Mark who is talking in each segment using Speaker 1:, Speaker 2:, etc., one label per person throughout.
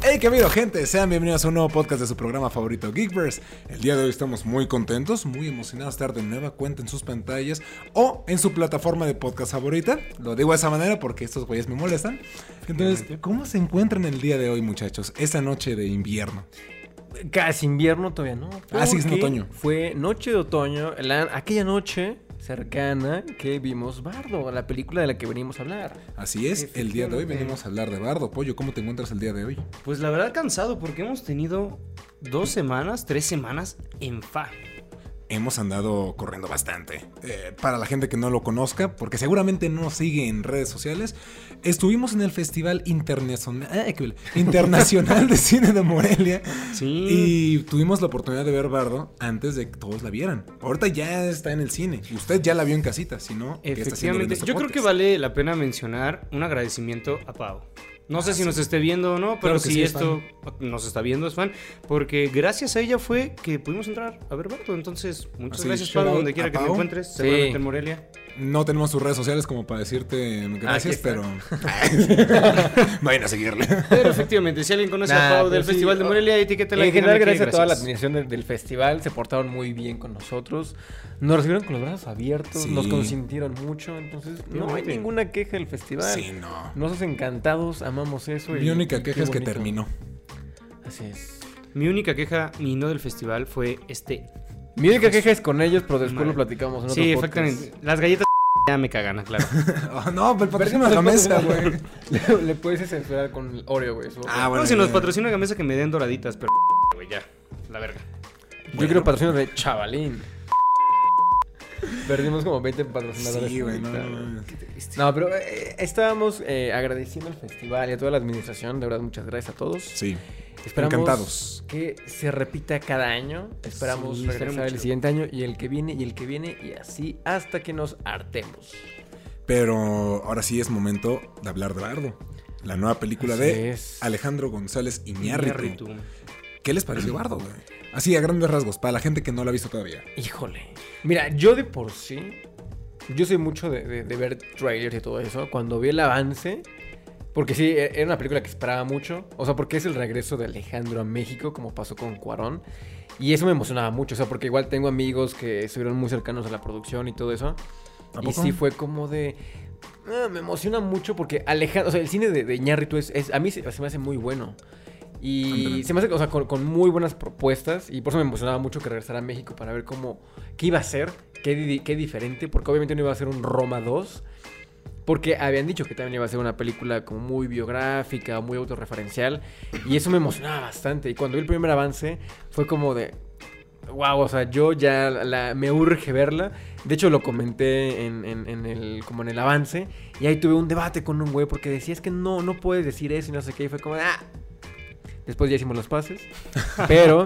Speaker 1: Hey, qué habido, gente, sean bienvenidos a un nuevo podcast de su programa favorito, Geekverse. El día de hoy estamos muy contentos, muy emocionados de estar de nueva cuenta en sus pantallas o en su plataforma de podcast favorita. Lo digo de esa manera porque estos güeyes me molestan. Entonces, ¿cómo se encuentran el día de hoy, muchachos? Esta noche de invierno.
Speaker 2: Casi invierno todavía, ¿no?
Speaker 1: Sí, es en otoño.
Speaker 2: Fue noche de otoño, aquella noche cercana que vimos Bardo, la película de la que venimos a hablar.
Speaker 1: Así es, el día de hoy venimos a hablar de Bardo. Pollo, ¿cómo te encuentras el día de hoy?
Speaker 3: Pues la verdad cansado porque hemos tenido 2 semanas, 3 semanas en FA.
Speaker 1: Hemos andado corriendo bastante. Para la gente que no lo conozca, porque seguramente no nos sigue en redes sociales, estuvimos en el Festival Internacional de Cine de Morelia.
Speaker 3: Sí.
Speaker 1: Y tuvimos la oportunidad de ver Bardo antes de que todos la vieran. Ahorita ya está en el cine. Y usted ya la vio en casita, si no, ¿qué está haciendo viendo este
Speaker 3: Yo creo
Speaker 1: podcast?
Speaker 3: que vale la pena mencionar un agradecimiento a Pau. No sé si nos esté viendo o no, pero
Speaker 1: Claro que
Speaker 3: si
Speaker 1: sí,
Speaker 3: esto nos está viendo es fan, porque gracias a ella fue que pudimos entrar a ver Bardo. Entonces, muchas
Speaker 1: Así
Speaker 3: gracias,
Speaker 1: es,
Speaker 3: Pau,
Speaker 1: shout out
Speaker 3: donde quiera
Speaker 1: a
Speaker 3: que te
Speaker 1: Pau.
Speaker 3: encuentres,
Speaker 2: Sí.
Speaker 3: seguramente en Morelia.
Speaker 1: No tenemos sus redes sociales como para decirte gracias,
Speaker 3: Aquí
Speaker 1: pero vayan a seguirle.
Speaker 3: Pero efectivamente, si alguien conoce a Pau del
Speaker 2: pues sí,
Speaker 3: Festival de Morelia, etiquétala.
Speaker 2: En general,
Speaker 3: díganle que
Speaker 2: gracias a toda la administración del festival, se portaron muy bien con nosotros. Nos recibieron con los brazos abiertos,
Speaker 1: Sí.
Speaker 2: nos consintieron mucho. Entonces, no hay ninguna queja del festival.
Speaker 1: Sí, no.
Speaker 2: Nosotros encantados, amamos eso.
Speaker 1: Mi única queja
Speaker 2: qué
Speaker 1: es que
Speaker 2: bonito.
Speaker 1: terminó.
Speaker 2: Así es.
Speaker 3: Mi única queja, y no del festival, fue
Speaker 2: Mi única queja es con ellos, pero después
Speaker 3: Madre.
Speaker 2: lo platicamos en otro
Speaker 3: Sí,
Speaker 2: podcast.
Speaker 3: efectivamente. Las galletas ya me cagan, claro.
Speaker 1: Oh, no, pero patrocina la mesa, güey.
Speaker 2: Le puedes censurar con el Oreo, güey. eso.
Speaker 1: Ah, bueno.
Speaker 3: No, si nos patrocina una mesa que me den doraditas, pero güey, ya, la verga.
Speaker 2: Yo quiero patrocinio de Chavalín. Perdimos como 20 patrocinadores.
Speaker 1: Sí, güey, no.
Speaker 2: No, pero estábamos agradeciendo al festival y a toda la administración. De verdad, muchas gracias a todos.
Speaker 1: Sí.
Speaker 2: Esperamos
Speaker 1: Encantados.
Speaker 2: que se repita cada año. Esperamos
Speaker 3: Sí,
Speaker 2: regresar
Speaker 3: estaría muy
Speaker 2: el
Speaker 3: chido.
Speaker 2: siguiente año y el que viene y el que viene y así hasta que nos hartemos.
Speaker 1: Pero ahora sí es momento de hablar de Bardo. La nueva película
Speaker 2: Así
Speaker 1: de
Speaker 2: es.
Speaker 1: Alejandro González Iñárritu.
Speaker 3: Iñárritu.
Speaker 1: ¿Qué les pareció Bardo, güey? Así, a grandes rasgos, para la gente que no la ha visto todavía.
Speaker 2: Híjole. Mira, yo de por sí, yo soy mucho de ver trailers y todo eso. Cuando vi el avance, porque sí, era una película que esperaba mucho. O sea, porque es el regreso de Alejandro a México, como pasó con Cuarón. Y eso me emocionaba mucho, o sea, porque igual tengo amigos que estuvieron muy cercanos a la producción y todo eso.
Speaker 1: ¿A
Speaker 2: Y
Speaker 1: poco?
Speaker 2: sí fue como de... me emociona mucho porque Alejandro... O sea, el cine de Iñárritu a mí se me hace muy bueno. Y
Speaker 1: Ándale.
Speaker 2: se me hace, o sea, con muy buenas propuestas. Y por eso me emocionaba mucho que regresara a México para ver qué iba a ser, qué diferente. Porque obviamente no iba a ser un Roma 2. Porque habían dicho que también iba a ser una película como muy biográfica, muy autorreferencial. Y eso me emocionaba bastante. Y cuando vi el primer avance, fue como de... Wow, o sea, yo ya me urge verla. De hecho, lo comenté en el avance. Y ahí tuve un debate con un güey porque decía, es que no puedes decir eso y no sé qué. Y fue como, Después ya hicimos los pases. Pero,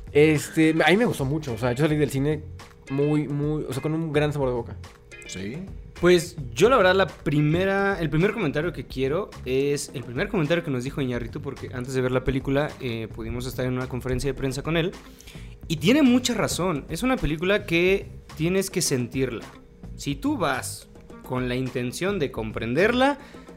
Speaker 2: a mí me gustó mucho. O sea, yo salí del cine o sea, con un gran sabor de boca.
Speaker 1: Sí.
Speaker 3: Pues yo la verdad el primer comentario que quiero es el primer comentario que nos dijo Iñárritu, porque antes de ver la película pudimos estar en una conferencia de prensa con él y tiene mucha razón. Es una película que tienes que sentirla. Si tú vas con la intención de comprenderla,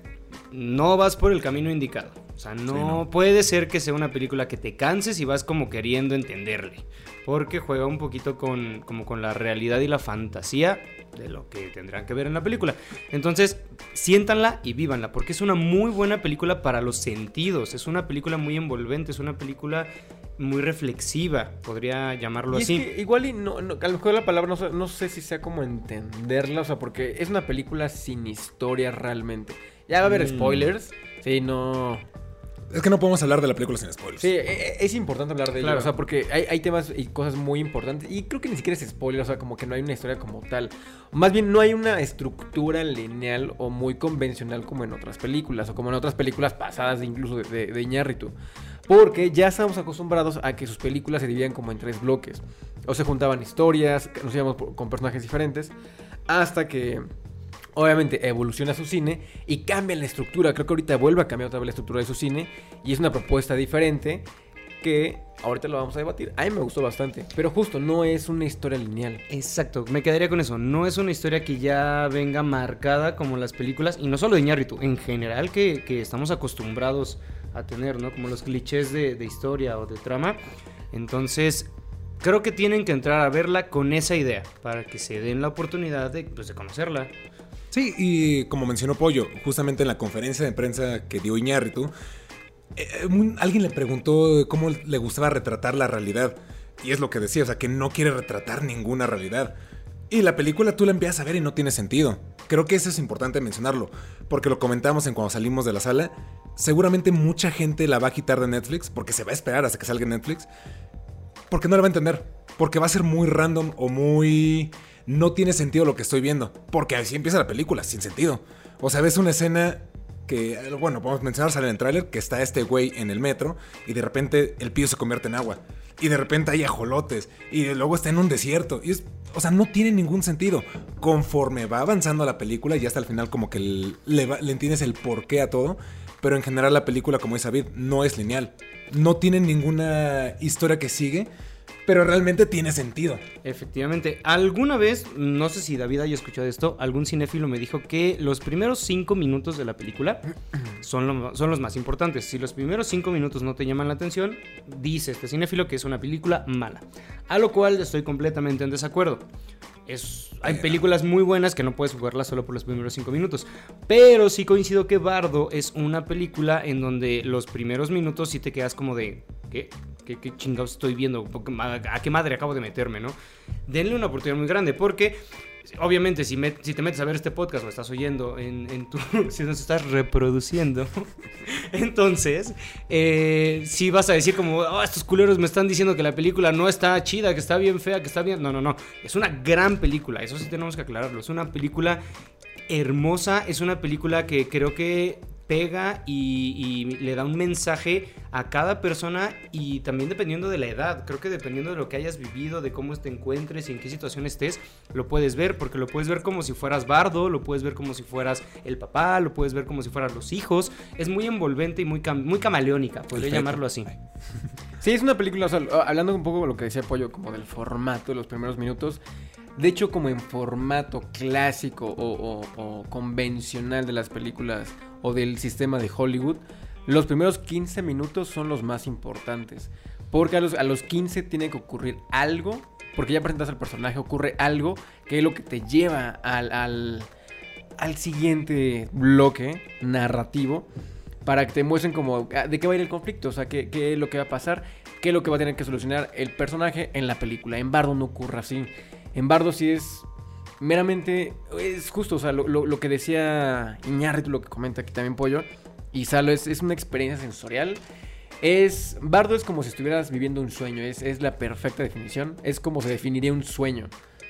Speaker 3: no vas por el camino indicado. O sea, no puede ser que sea una película que te canses y vas como queriendo entenderle, porque juega un poquito con la realidad y la fantasía de lo que tendrán que ver en la película. Entonces, siéntanla y vívanla, porque es una muy buena película para los sentidos. Es una película muy envolvente, es una película muy reflexiva, podría llamarlo
Speaker 2: Y
Speaker 3: así.
Speaker 2: es que igual a lo mejor la palabra no sé si sea como entenderla. O sea, porque es una película sin historia realmente. Ya va a haber spoilers. Sí, no...
Speaker 1: Es que no podemos hablar de la película sin spoilers.
Speaker 2: Sí, es importante hablar de ello,
Speaker 3: Claro.
Speaker 2: o sea, porque hay temas y cosas muy importantes y creo que ni siquiera es spoiler, o sea, como que no hay una historia como tal. Más bien no hay una estructura lineal o muy convencional como en otras películas o como en otras películas pasadas incluso de Iñárritu. Porque ya estamos acostumbrados a que sus películas se dividían como en 3 bloques. O se juntaban historias, nos íbamos con personajes diferentes, hasta que... Obviamente evoluciona su cine y cambia la estructura. Creo que ahorita vuelve a cambiar otra vez la estructura de su cine. Y es una propuesta diferente que ahorita lo vamos a debatir. A mí me gustó bastante. Pero justo, no es una historia lineal.
Speaker 3: Exacto, me quedaría con eso. No es una historia que ya venga marcada como las películas. Y no solo de Iñárritu, en general que estamos acostumbrados a tener, ¿no? Como los clichés de historia o de trama. Entonces, creo que tienen que entrar a verla con esa idea, para que se den la oportunidad de conocerla.
Speaker 1: Sí, y como mencionó Pollo, justamente en la conferencia de prensa que dio Iñárritu, alguien le preguntó cómo le gustaba retratar la realidad. Y es lo que decía, o sea, que no quiere retratar ninguna realidad. Y la película tú la empiezas a ver y no tiene sentido. Creo que eso es importante mencionarlo, porque lo comentamos en cuando salimos de la sala. Seguramente mucha gente la va a quitar de Netflix, porque se va a esperar hasta que salga en Netflix, porque no la va a entender, porque va a ser muy random o muy... no tiene sentido lo que estoy viendo, porque así empieza la película, sin sentido. O sea, ves una escena que, bueno, podemos mencionar, sale en el tráiler, que está este güey en el metro y de repente el piso se convierte en agua. Y de repente hay ajolotes y luego está en un desierto. Y o sea, no tiene ningún sentido. Conforme va avanzando la película y hasta el final como que le entiendes el porqué a todo. Pero en general la película, como dice David, no es lineal. No tiene ninguna historia que sigue, pero realmente tiene sentido.
Speaker 3: Efectivamente. Alguna vez, no sé si David haya escuchado esto, algún cinéfilo me dijo que los primeros 5 minutos de la película son los más importantes. Si los primeros 5 minutos no te llaman la atención, dice este cinéfilo que es una película mala. A lo cual estoy completamente en desacuerdo. Hay películas muy buenas que no puedes jugarlas solo por los primeros 5 minutos. Pero sí coincido que Bardo es una película en donde los primeros minutos sí te quedas como de... ¿Qué chingados estoy viendo? ¿A qué madre acabo de meterme, no? Denle una oportunidad muy grande, porque obviamente si te metes a ver este podcast o estás oyendo si nos estás reproduciendo, entonces sí vas a decir como, estos culeros me están diciendo que la película no está chida, que está bien fea, que está bien... No, es una gran película, eso sí tenemos que aclararlo. Es una película hermosa, es una película que creo que pega y le da un mensaje a cada persona, y también dependiendo de la edad. Creo que dependiendo de lo que hayas vivido, de cómo te encuentres y en qué situación estés, lo puedes ver, porque lo puedes ver como si fueras Bardo, lo puedes ver como si fueras el papá, lo puedes ver como si fueras los hijos. Es muy envolvente y muy camaleónica, podría llamarlo así.
Speaker 2: Sí, es una película, o sea, hablando un poco de lo que decía Pollo, como del formato de los primeros minutos. De hecho, como en formato clásico o convencional de las películas o del sistema de Hollywood, los primeros 15 minutos son los más importantes. Porque a los 15 tiene que ocurrir algo, porque ya presentas al personaje, ocurre algo que es lo que te lleva al siguiente bloque narrativo, para que te muestren como de qué va a ir el conflicto, o sea, qué es lo que va a pasar, qué es lo que va a tener que solucionar el personaje en la película. En Bardo no ocurre así. En Bardo sí es meramente, es justo, o sea, lo que decía Iñárritu, lo que comenta aquí también Pollo y Salo, es una experiencia sensorial. Bardo es como si estuvieras viviendo un sueño, es la perfecta definición, es como se definiría un sueño.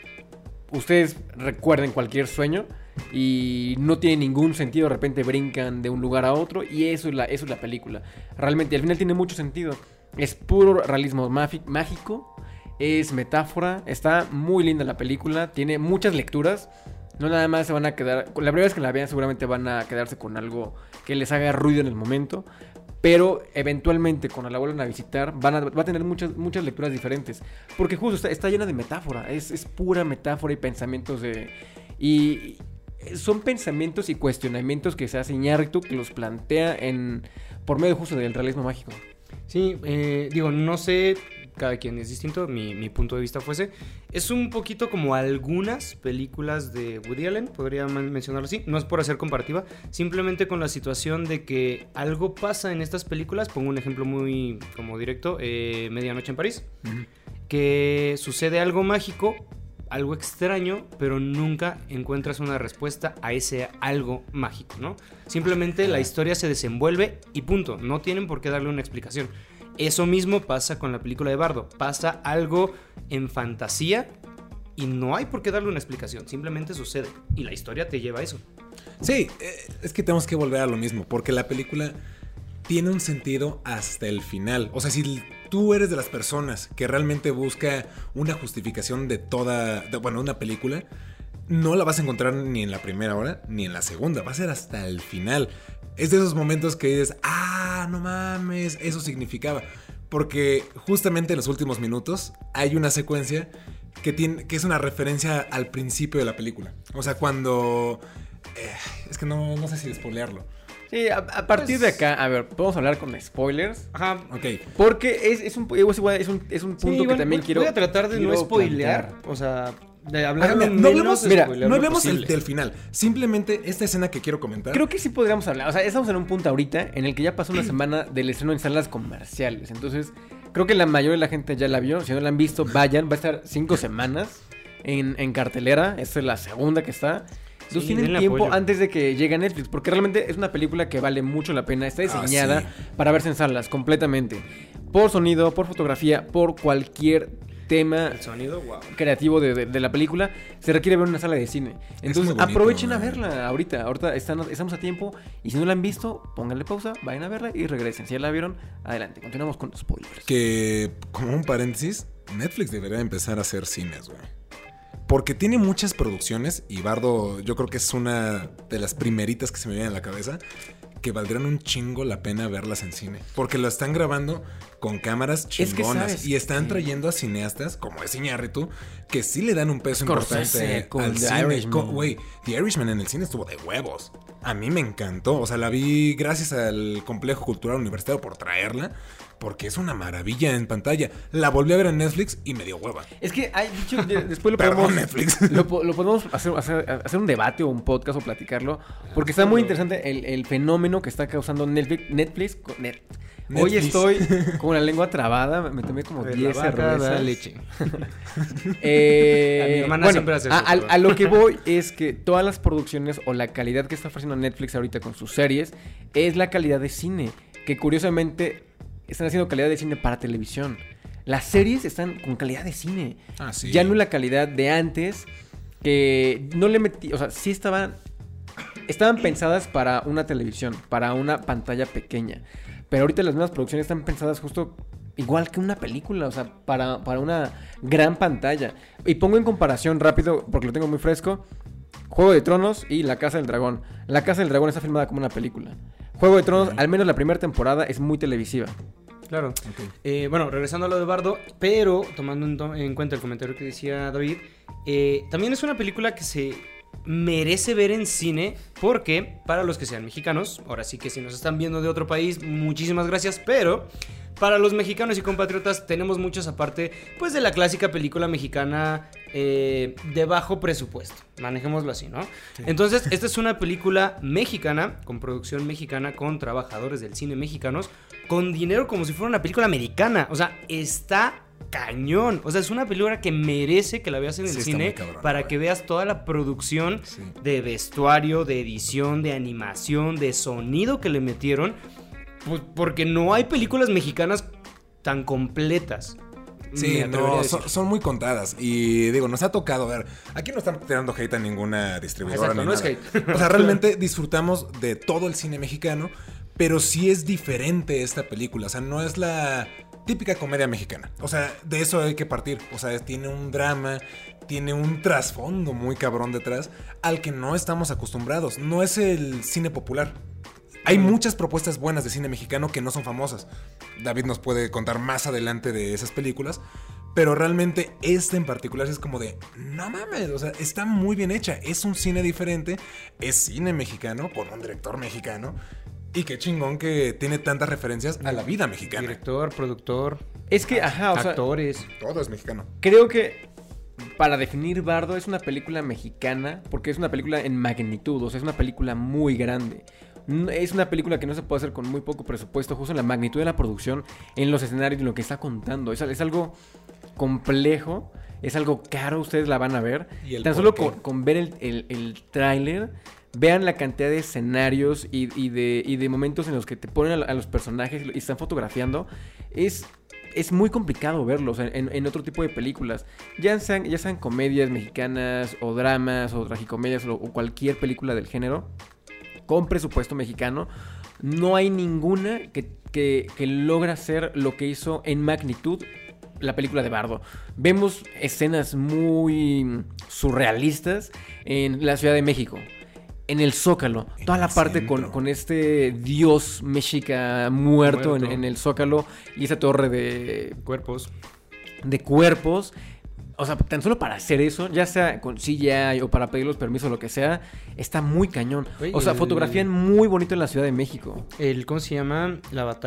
Speaker 2: Ustedes recuerden cualquier sueño y no tiene ningún sentido, de repente brincan de un lugar a otro, y eso es la película. Realmente al final tiene mucho sentido, es puro realismo mágico. Es metáfora, está muy linda la película, tiene muchas lecturas. No nada más se van a quedar, la primera vez que la vean seguramente van a quedarse con algo que les haga ruido en el momento, pero eventualmente cuando la vuelvan a visitar va a tener muchas lecturas diferentes, porque justo está llena de metáfora, es pura metáfora y pensamientos y son pensamientos y cuestionamientos que se hace Iñárritu, que los plantea por medio justo del realismo mágico.
Speaker 3: Sí, no sé, cada quien es distinto, mi punto de vista fuese. Es un poquito como algunas películas de Woody Allen, podría mencionarlo así. No es por hacer comparativa, simplemente con la situación de que algo pasa en estas películas. Pongo un ejemplo muy como directo, Medianoche en París. Uh-huh. Que sucede algo mágico, algo extraño, pero nunca encuentras una respuesta a ese algo mágico, ¿no? Simplemente la historia se desenvuelve y punto. No tienen por qué darle una explicación. Eso mismo pasa con la película de Bardo. Pasa algo en fantasía y no hay por qué darle una explicación. Simplemente sucede y la historia te lleva a eso.
Speaker 1: Sí, es que tenemos que volver a lo mismo, porque la película tiene un sentido hasta el final. O sea, si tú eres de las personas que realmente busca una justificación de una película, no la vas a encontrar ni en la primera hora ni en la segunda. Va a ser hasta el final. Es de esos momentos que dices, no mames, eso significaba. Porque justamente en los últimos minutos hay una secuencia que es una referencia al principio de la película. O sea, cuando... es que no sé si spoilearlo.
Speaker 2: Sí, a partir de acá, a ver, podemos hablar con spoilers.
Speaker 3: Ajá.
Speaker 1: Ok.
Speaker 2: Porque es un punto que también quiero.
Speaker 3: Voy a tratar de no
Speaker 2: quiero
Speaker 3: spoilear.
Speaker 2: plantear.
Speaker 3: O sea, de hablar
Speaker 1: Ajá,
Speaker 3: lo
Speaker 1: no
Speaker 3: menos
Speaker 1: hablemos,
Speaker 3: spoilear
Speaker 1: no
Speaker 3: lo
Speaker 1: hablemos
Speaker 3: posible.
Speaker 1: del final. Simplemente esta escena que quiero comentar.
Speaker 2: Creo que sí podríamos hablar. O sea, estamos en un punto ahorita en el que ya pasó una semana del estreno en salas comerciales. Entonces, creo que la mayoría de la gente ya la vio. Si no la han visto, vayan. Va a estar 5 semanas en cartelera. Esta es la segunda que está. Entonces
Speaker 3: Sí,
Speaker 2: tienen
Speaker 3: denle
Speaker 2: tiempo
Speaker 3: apoyo.
Speaker 2: antes de que llegue a Netflix. Porque realmente es una película que vale mucho la pena. Está diseñada
Speaker 1: sí.
Speaker 2: para verse en salas completamente. Por sonido, por fotografía, por cualquier tema
Speaker 3: El sonido, wow.
Speaker 2: creativo de la película, se requiere ver en una sala de cine. Entonces
Speaker 1: muy bonito,
Speaker 2: aprovechen a
Speaker 1: güey.
Speaker 2: verla ahorita estamos a tiempo, y si no la han visto, pónganle pausa, vayan a verla y regresen. Si ya la vieron, adelante, continuamos con spoilers.
Speaker 1: Que, como un paréntesis, Netflix debería empezar a hacer cines, güey. Porque tiene muchas producciones y Bardo yo creo que es una de las primeritas que se me vienen a la cabeza que valdrían un chingo la pena verlas en cine. Porque lo están grabando con cámaras
Speaker 2: Es que
Speaker 1: chingonas
Speaker 2: sabes
Speaker 1: y están
Speaker 2: que-
Speaker 1: trayendo a cineastas, como es Iñárritu, que sí le dan un peso
Speaker 2: Scorsese
Speaker 1: importante
Speaker 2: con
Speaker 1: al
Speaker 2: The
Speaker 1: cine.
Speaker 2: Irishman.
Speaker 1: Güey, The Irishman en el cine estuvo de huevos. A mí me encantó. O sea, la vi gracias al Complejo Cultural Universitario por traerla. Porque es una maravilla en pantalla. La volví a ver en Netflix y me dio hueva.
Speaker 2: Es que hay dicho, después lo
Speaker 1: Perdón,
Speaker 2: podemos
Speaker 1: Netflix.
Speaker 2: lo podemos hacer un debate o un podcast o platicarlo, porque está muy interesante el fenómeno que está causando Netflix. Hoy
Speaker 1: Netflix.
Speaker 2: estoy con la lengua trabada, me tomé como 10 cervezas.
Speaker 3: leche.
Speaker 2: Eh,
Speaker 3: A mi hermana
Speaker 2: bueno,
Speaker 3: siempre hace eso, perdón.
Speaker 2: a lo que voy es que todas las producciones o la calidad que está ofreciendo Netflix ahorita con sus series es la calidad de cine, que curiosamente están haciendo calidad de cine para televisión. Las series están con calidad de cine.
Speaker 1: Ah, sí.
Speaker 2: Ya no la calidad de antes, que no le metí, o sea, sí estaban pensadas para una televisión, para una pantalla pequeña. Pero ahorita las nuevas producciones están pensadas justo igual que una película, o sea, para una gran pantalla. Y pongo en comparación rápido, porque lo tengo muy fresco, Juego de Tronos y La Casa del Dragón. La Casa del Dragón está filmada como una película. Juego de Tronos, al menos la primera temporada, es muy televisiva.
Speaker 3: Claro.
Speaker 1: Ok.
Speaker 3: Bueno, regresando a lo de Bardo, pero tomando en cuenta el comentario que decía David, también es una película que se merece ver en cine porque para los que sean mexicanos, ahora sí que si nos están viendo de otro país, muchísimas gracias, pero para los mexicanos y compatriotas tenemos muchos aparte pues de la clásica película mexicana de bajo presupuesto, manejémoslo así, ¿no?
Speaker 1: Sí.
Speaker 3: Entonces, esta es una película mexicana, con producción mexicana, con trabajadores del cine mexicanos, con dinero como si fuera una película americana, o sea, está cañón, o sea, es una película que merece que la veas en el
Speaker 1: Sí, está muy
Speaker 3: cine
Speaker 1: cabrón,
Speaker 3: para
Speaker 1: güey.
Speaker 3: que veas toda la producción
Speaker 1: Sí.
Speaker 3: de vestuario, de edición, de animación, de sonido que le metieron, pues, porque no hay películas mexicanas tan completas.
Speaker 1: Sí,
Speaker 3: me atrevería
Speaker 1: no,
Speaker 3: a decir.
Speaker 1: son muy contadas. Y digo, nos ha tocado ver. Aquí no están tirando hate a ninguna distribuidora.
Speaker 3: Exacto,
Speaker 1: ni
Speaker 3: no es
Speaker 1: nada.
Speaker 3: hate.
Speaker 1: O sea, realmente disfrutamos de todo el cine mexicano. Pero sí es diferente esta película. O sea, no es la típica comedia mexicana. O sea, de eso hay que partir. O sea, tiene un drama, tiene un trasfondo muy cabrón detrás al que no estamos acostumbrados. No es el cine popular. Hay muchas propuestas buenas de cine mexicano que no son famosas. David nos puede contar más adelante de esas películas. Pero realmente esta en particular es como de, no mames, o sea, está muy bien hecha. Es un cine diferente, es cine mexicano con un director mexicano. Y qué chingón que tiene tantas referencias a la vida mexicana.
Speaker 3: Director, productor,
Speaker 2: Es que, ajá, o sea,
Speaker 3: actores.
Speaker 1: Todo es mexicano.
Speaker 2: creo que para definir Bardo es una película mexicana porque es una película en magnitud, o sea, es una película muy grande. Es una película que no se puede hacer con muy poco presupuesto, justo en la magnitud de la producción, en los escenarios y en lo que está contando. Es algo complejo, es algo caro, ustedes la van a ver.
Speaker 1: ¿Y el
Speaker 2: Tan
Speaker 1: por
Speaker 2: solo
Speaker 1: qué?
Speaker 2: con ver el tráiler, vean la cantidad de escenarios y de momentos en los que te ponen a los personajes y están fotografiando. Es muy complicado verlo, o sea, en otro tipo de películas. Ya sean comedias mexicanas o dramas o tragicomedias o cualquier película del género con presupuesto mexicano, no hay ninguna que logra hacer lo que hizo en magnitud la película de Bardo. Vemos escenas muy surrealistas en la Ciudad de México, en el Zócalo,
Speaker 1: En
Speaker 2: toda la
Speaker 1: el
Speaker 2: parte
Speaker 1: centro.
Speaker 2: con este dios mexica muerto.
Speaker 3: Muerto.
Speaker 2: En el Zócalo y esa torre de
Speaker 3: Cuerpos.
Speaker 2: cuerpos. O sea, tan solo para hacer eso, ya sea con CGI o para pedir los permisos o lo que sea, está muy cañón.
Speaker 3: Oye,
Speaker 2: O sea, fotografían muy bonito en la Ciudad de México.
Speaker 3: ¿Cómo se llama?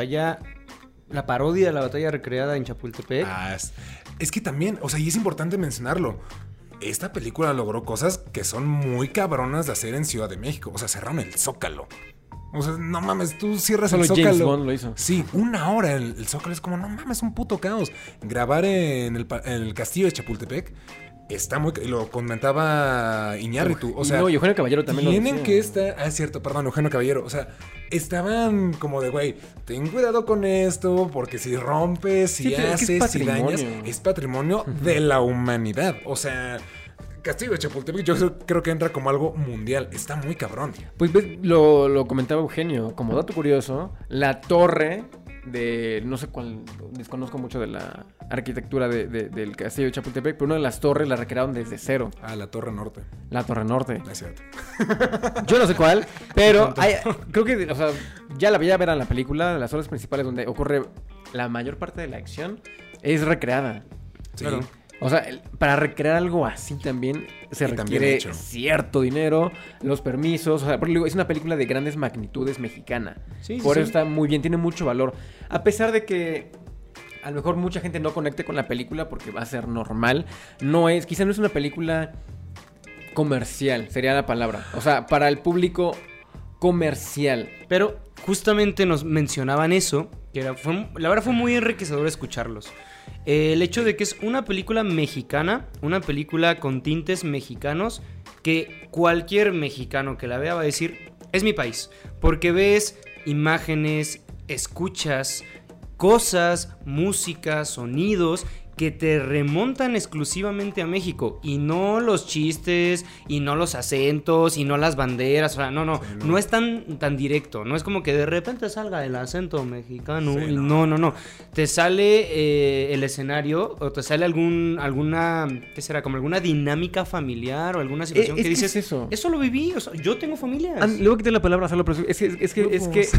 Speaker 3: La parodia de la batalla recreada en Chapultepec.
Speaker 1: Es que también, o sea, y es importante mencionarlo. Esta película logró cosas que son muy cabronas de hacer en Ciudad de México. O sea, cerraron el Zócalo. O sea, no mames, tú cierras
Speaker 2: Solo
Speaker 1: el Zócalo.
Speaker 2: James Bond lo hizo.
Speaker 1: Sí, 1 hora el Zócalo es como, no mames, un puto caos. Grabar en el castillo de Chapultepec está muy... Lo comentaba Iñárritu, o sea...
Speaker 2: No, y Eugenio Caballero también lo
Speaker 1: tienen
Speaker 2: decía.
Speaker 1: que estar... Ah, es cierto, perdón, Eugenio Caballero. O sea, estaban como de, güey, ten cuidado con esto, porque si rompes, si
Speaker 2: Sí, pero es que es
Speaker 1: haces, si dañas,
Speaker 2: patrimonio.
Speaker 1: es patrimonio de la humanidad. O sea... Castillo de Chapultepec yo creo que entra como algo mundial. Está muy cabrón.
Speaker 2: Pues ves, lo comentaba Eugenio, como dato curioso, la torre de, no sé cuál, desconozco mucho de la arquitectura del castillo de Chapultepec, pero una de las torres la recrearon desde cero.
Speaker 1: Ah, la Torre Norte.
Speaker 2: La Torre Norte.
Speaker 1: No es cierto.
Speaker 2: Yo no sé cuál, pero creo que, o sea, ya la veía ver en la película, las horas principales donde ocurre la mayor parte de la acción es recreada.
Speaker 1: Sí.
Speaker 3: Claro.
Speaker 2: O sea, para recrear algo así también se
Speaker 1: Y también
Speaker 2: requiere
Speaker 1: hecho.
Speaker 2: cierto dinero, los permisos. O sea, porque es una película de grandes magnitudes mexicana.
Speaker 3: Sí,
Speaker 2: Por
Speaker 3: sí,
Speaker 2: eso
Speaker 3: sí.
Speaker 2: está muy bien, tiene mucho valor. A pesar de que a lo mejor mucha gente no conecte con la película porque va a ser normal, quizá no es una película comercial, sería la palabra. O sea, para el público comercial.
Speaker 3: Pero justamente nos mencionaban eso, que la verdad fue muy enriquecedor escucharlos. El hecho de que es una película mexicana, una película con tintes mexicanos, que cualquier mexicano que la vea va a decir, es mi país. Porque ves imágenes, escuchas cosas, música, sonidos que te remontan exclusivamente a México, y no los chistes, y no los acentos, y no las banderas. O sea, no es tan directo. No es como que de repente salga el acento mexicano.
Speaker 1: Sí,
Speaker 3: Y no. Te sale el escenario, o te sale alguna, ¿qué será? Como alguna dinámica familiar o alguna situación que dices,
Speaker 2: es eso.
Speaker 3: lo viví. O sea, yo tengo familias.
Speaker 2: Le voy a quitar la palabra a Salo, pero es que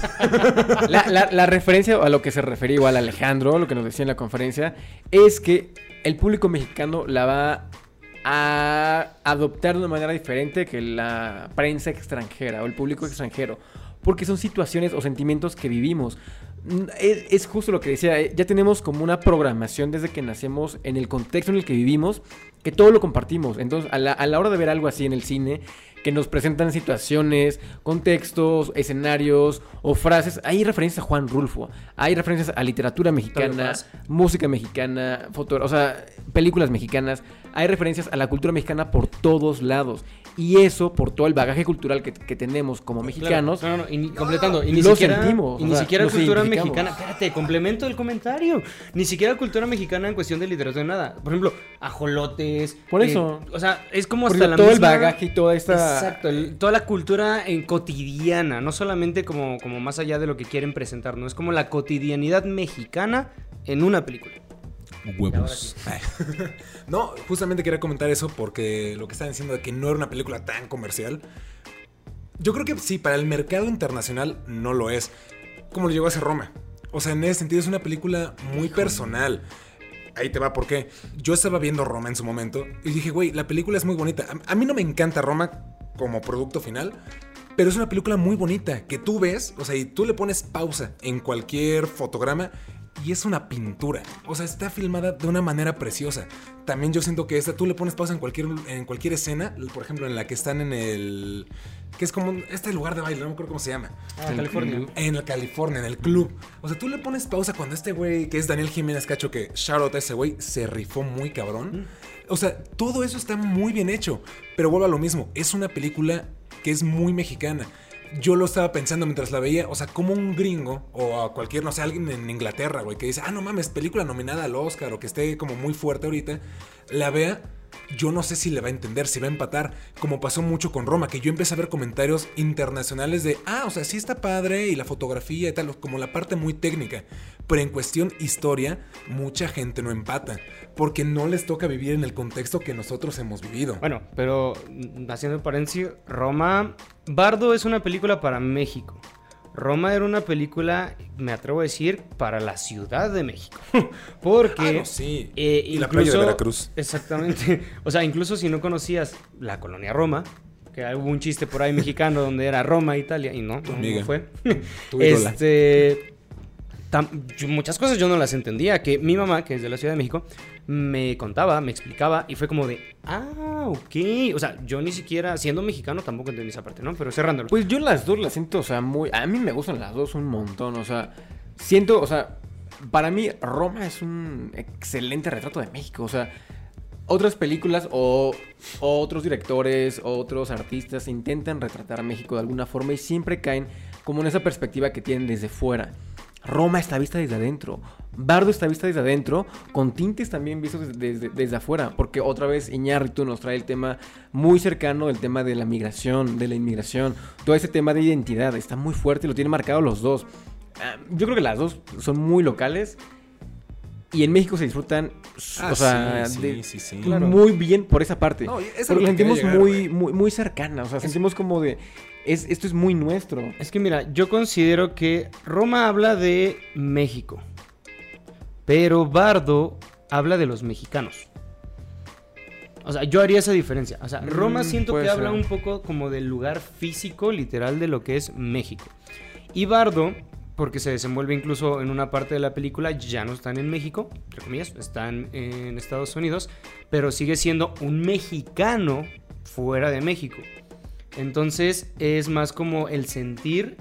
Speaker 2: la referencia a lo que se refería igual a Alejandro, lo que nos decía en la conferencia, es que el público mexicano la va a adoptar de una manera diferente que la prensa extranjera o el público extranjero, porque son situaciones o sentimientos que vivimos. Es justo lo que decía, ya tenemos como una programación desde que nacemos en el contexto en el que vivimos, que todo lo compartimos. Entonces, a la hora de ver algo así en el cine, que nos presentan situaciones, contextos, escenarios o frases, hay referencias a Juan Rulfo, hay referencias a literatura mexicana, música mexicana, o sea, películas mexicanas, hay referencias a la cultura mexicana por todos lados. Y eso, por todo el bagaje cultural que tenemos como mexicanos,
Speaker 3: Claro. Completando. Y ni
Speaker 2: lo
Speaker 3: siquiera,
Speaker 2: sentimos,
Speaker 3: y
Speaker 2: o
Speaker 3: ni
Speaker 2: sea,
Speaker 3: siquiera
Speaker 2: nos
Speaker 3: cultura
Speaker 2: identificamos.
Speaker 3: mexicana. Espérate, complemento el comentario. Ni siquiera cultura mexicana en cuestión de literatura, nada. Por ejemplo, ajolotes.
Speaker 2: Por eso.
Speaker 3: O sea, es como
Speaker 2: Porque
Speaker 3: hasta la
Speaker 2: todo el
Speaker 3: misma...
Speaker 2: bagaje y toda esta...
Speaker 3: Exacto, toda la cultura cotidiana, no solamente como más allá de lo que quieren presentar, ¿no? Es como la cotidianidad mexicana en una película.
Speaker 1: Huevos. No, justamente quería comentar eso porque lo que estaban diciendo de que no era una película tan comercial. Yo creo que sí, para el mercado internacional no lo es. Como lo llegó a ser Roma. O sea, en ese sentido es una película muy personal. Ahí te va, ¿por qué? Yo estaba viendo Roma en su momento y dije, güey, la película es muy bonita. A mí no me encanta Roma como producto final, pero es una película muy bonita que tú ves, o sea, y tú le pones pausa en cualquier fotograma y es una pintura. O sea, está filmada de una manera preciosa. También yo siento que esta, tú le pones pausa en cualquier escena, por ejemplo, en la que están en el... que es como este lugar de baile, no me acuerdo cómo se llama.
Speaker 3: California.
Speaker 1: En la California, en el club. O sea, tú le pones pausa cuando este güey, que es Daniel Jiménez Cacho, que shout out a ese güey, se rifó muy cabrón. O sea, todo eso está muy bien hecho. Pero vuelvo a lo mismo, es una película que es muy mexicana. Yo lo estaba pensando mientras la veía, o sea, como un gringo o a cualquier, no sé, alguien en Inglaterra, güey, que dice, no mames, película nominada al Oscar o que esté como muy fuerte ahorita, la vea, yo no sé si le va a entender, si va a empatar, como pasó mucho con Roma, que yo empecé a ver comentarios internacionales de, o sea, sí está padre y la fotografía y tal, como la parte muy técnica, pero en cuestión historia, mucha gente no empata, porque no les toca vivir en el contexto que nosotros hemos vivido.
Speaker 3: Bueno, pero haciendo paréntesis, Roma... Bardo es una película para México. Roma era una película, me atrevo a decir, para la Ciudad de México. Porque...
Speaker 1: no, sí.
Speaker 3: Y
Speaker 1: la playa de Veracruz.
Speaker 3: Exactamente. O sea, incluso si no conocías la colonia Roma, que hubo un chiste por ahí mexicano donde era Roma, Italia, y no fue.
Speaker 1: Tu ídola.
Speaker 3: Muchas cosas yo no las entendía, que mi mamá, que es de la Ciudad de México, me contaba, me explicaba, y fue como de, ok. O sea, yo ni siquiera, siendo mexicano, tampoco entendí esa parte, ¿no? Pero cerrándolo.
Speaker 2: Pues yo las dos las siento, o sea, muy... A mí me gustan las dos un montón, o sea, siento, o sea, para mí Roma es un excelente retrato de México, o sea, otras películas o otros directores o otros artistas intentan retratar a México de alguna forma y siempre caen como en esa perspectiva que tienen desde fuera. Roma está vista desde adentro. Bardo está vista desde adentro, con tintes también vistos desde afuera. Porque otra vez Iñárritu nos trae el tema muy cercano, el tema de la migración, de la inmigración. Todo ese tema de identidad está muy fuerte y lo tienen marcado los dos. Yo creo que las dos son muy locales. Y en México se disfrutan, o sea,
Speaker 1: claro.
Speaker 2: Muy bien por esa parte.
Speaker 1: No,
Speaker 2: porque la sentimos muy cercana. O sea, sentimos como de... esto es muy nuestro.
Speaker 3: Es que mira, yo considero que Roma habla de México, pero Bardo habla de los mexicanos. O sea, yo haría esa diferencia. O sea, Roma siento que habla un poco como del lugar físico, literal, de lo que es México. Y Bardo, porque se desenvuelve incluso en una parte de la película, ya no están en México, entre comillas, están en Estados Unidos, pero sigue siendo un mexicano fuera de México. Entonces es más como el sentir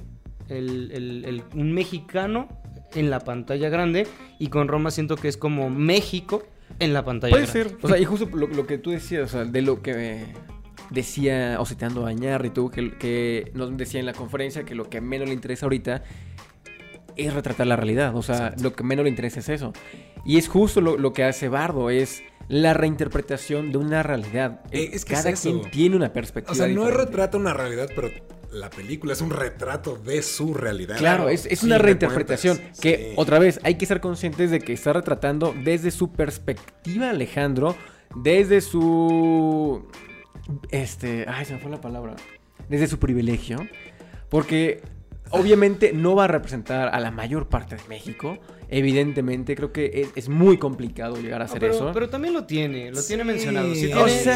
Speaker 3: un mexicano en la pantalla grande, y con Roma siento que es como México en la pantalla grande.
Speaker 2: Puede ser. O sea, y justo lo que tú decías, o sea, de lo que decía, o citando a Iñárritu, que nos decía en la conferencia que lo que menos le interesa ahorita es retratar la realidad. O sea, exacto, lo que menos le interesa es eso. Y es justo lo que hace Bardo, es la reinterpretación de una realidad.
Speaker 1: Es que
Speaker 2: cada quien tiene una perspectiva.
Speaker 1: O sea, no
Speaker 2: diferente.
Speaker 1: retrata una realidad, pero la película es un retrato de su realidad.
Speaker 2: Claro, es una reinterpretación que, otra vez, hay que ser conscientes de que está retratando desde su perspectiva, Alejandro, desde su... se me fue la palabra. Desde su privilegio, porque obviamente no va a representar a la mayor parte de México. Evidentemente, creo que es muy complicado llegar a hacer eso.
Speaker 3: Pero también lo tiene mencionado. Sí,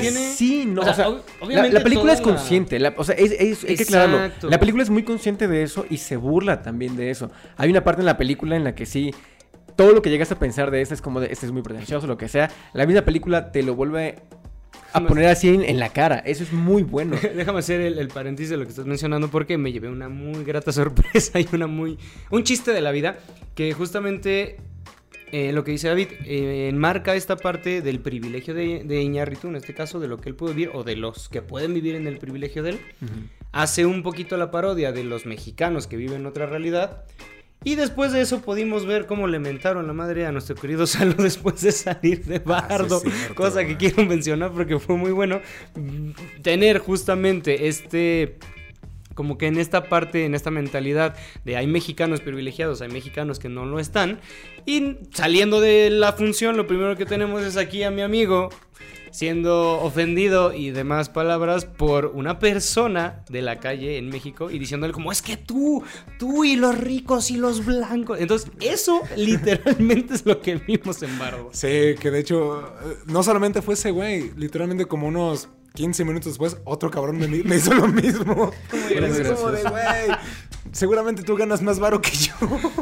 Speaker 2: obviamente la película es consciente. Hay que aclararlo. La película es muy consciente de eso y se burla también de eso. Hay una parte en la película en la que sí, todo lo que llegas a pensar de esto es como de, este es muy pretencioso, lo que sea. La misma película te lo vuelve a poner así en la cara. Eso es muy bueno.
Speaker 3: Déjame hacer el paréntesis de lo que estás mencionando, porque me llevé una muy grata sorpresa y un chiste de la vida, que justamente lo que dice David enmarca esta parte del privilegio de Iñárritu, en este caso, de lo que él puede vivir, o de los que pueden vivir en el privilegio de él. Hace un poquito la parodia de los mexicanos que viven otra realidad. Y después de eso pudimos ver cómo le mentaron la madre a nuestro querido Salo después de salir de Bardo. Sí, cierto, cosa que quiero mencionar porque fue muy bueno tener justamente como que en esta parte, en esta mentalidad de hay mexicanos privilegiados, hay mexicanos que no lo están. Y saliendo de la función, lo primero que tenemos es aquí a mi amigo siendo ofendido y demás palabras por una persona de la calle en México y diciéndole como, es que tú y los ricos y los blancos. Entonces eso literalmente es lo que vimos en Bardo.
Speaker 1: Sí, que de hecho no solamente fue ese güey, literalmente como unos 15 minutos después otro cabrón me hizo lo mismo. Es como de, güey, seguramente tú ganas más varo que yo.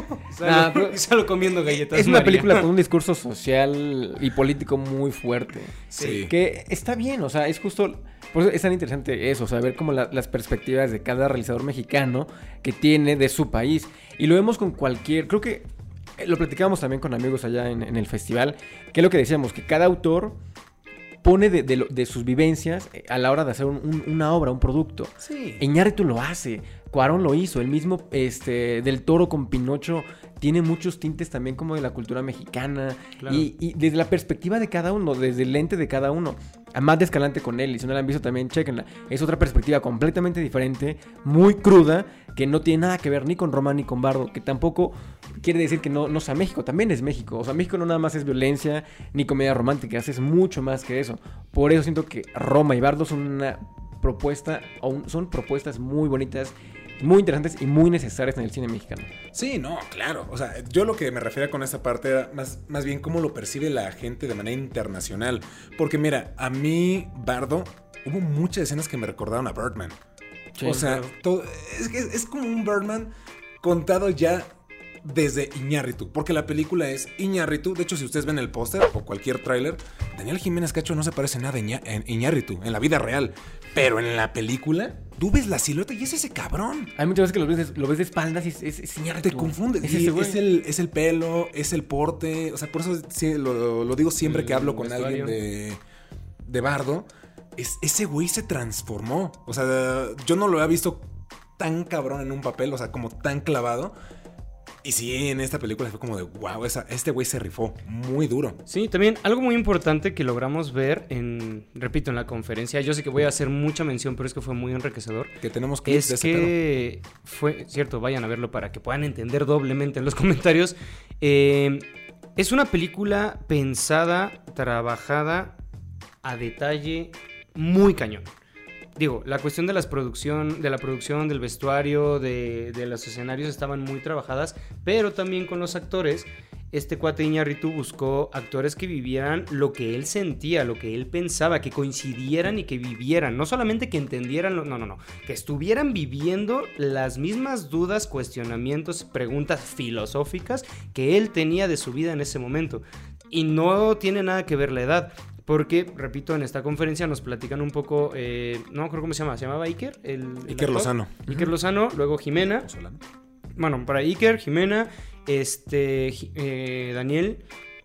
Speaker 3: Solo comiendo galletas.
Speaker 2: Es una película con un discurso social y político muy fuerte.
Speaker 1: Sí.
Speaker 2: Que está bien, o sea, es justo... Por eso es tan interesante eso, o sea, ver como las perspectivas de cada realizador mexicano que tiene de su país. Y lo vemos con cualquier... Creo que lo platicábamos también con amigos allá en el festival, que es lo que decíamos, que cada autor pone de sus vivencias a la hora de hacer una obra, un producto.
Speaker 1: Sí.
Speaker 2: Iñárritu lo hace, Cuarón lo hizo, el mismo Del Toro con Pinocho tiene muchos tintes también como de la cultura mexicana. Claro. Y desde la perspectiva de cada uno, desde el lente de cada uno. Amad de Escalante con él, y si no la han visto también, chéquenla. Es otra perspectiva completamente diferente, muy cruda, que no tiene nada que ver ni con Roma ni con Bardo, que tampoco quiere decir que no sea México, también es México. O sea, México no nada más es violencia ni comedia romántica, es mucho más que eso. Por eso siento que Roma y Bardo son una propuesta, son propuestas muy bonitas, muy interesantes y muy necesarias en el cine mexicano.
Speaker 1: Sí, no, claro. O sea, yo lo que me refería con esta parte era más bien cómo lo percibe la gente de manera internacional. Porque mira, a mí, Bardo, hubo muchas escenas que me recordaron a Birdman.
Speaker 2: Sí,
Speaker 1: o sea,
Speaker 2: claro.
Speaker 1: es como un Birdman contado ya desde Iñárritu, porque la película es Iñárritu. De hecho, si ustedes ven el póster o cualquier tráiler, Daniel Jiménez Cacho no se parece nada en Iñárritu, en la vida real. Pero en la película, tú ves la silueta y es ese cabrón.
Speaker 2: Hay muchas veces que lo ves de espaldas y es Iñárritu.
Speaker 1: Te confundes.
Speaker 2: Es
Speaker 1: Y
Speaker 2: ese güey.
Speaker 1: es el pelo, es el porte. O sea, por eso sí, lo digo siempre que hablo con
Speaker 3: vestuario.
Speaker 1: alguien de Bardo. Ese güey se transformó. O sea, yo no lo había visto tan cabrón en un papel, o sea, como tan clavado. Y sí, en esta película fue como de wow, este güey se rifó muy duro.
Speaker 3: Sí, también algo muy importante que logramos ver repito, en la conferencia, yo sé que voy a hacer mucha mención, pero es que fue muy enriquecedor.
Speaker 1: Que tenemos clips de
Speaker 3: Es
Speaker 1: ese pedo.
Speaker 3: que fue, cierto, vayan a verlo para que puedan entender doblemente en los comentarios. Es una película pensada, trabajada a detalle, muy cañón. Digo, la cuestión de la producción, del vestuario, de los escenarios estaban muy trabajadas, pero también con los actores. Este cuate Iñárritu buscó actores que vivieran lo que él sentía, lo que él pensaba, que coincidieran y que vivieran. No solamente que entendieran, no. Que estuvieran viviendo las mismas dudas, cuestionamientos, preguntas filosóficas que él tenía de su vida en ese momento. Y no tiene nada que ver la edad. Porque, repito, en esta conferencia nos platican un poco, no creo cómo se llamaba Iker.
Speaker 1: Iker
Speaker 3: actor.
Speaker 1: Lozano.
Speaker 3: Iker Lozano, luego Jimena. Bueno, para Iker, Jimena, Daniel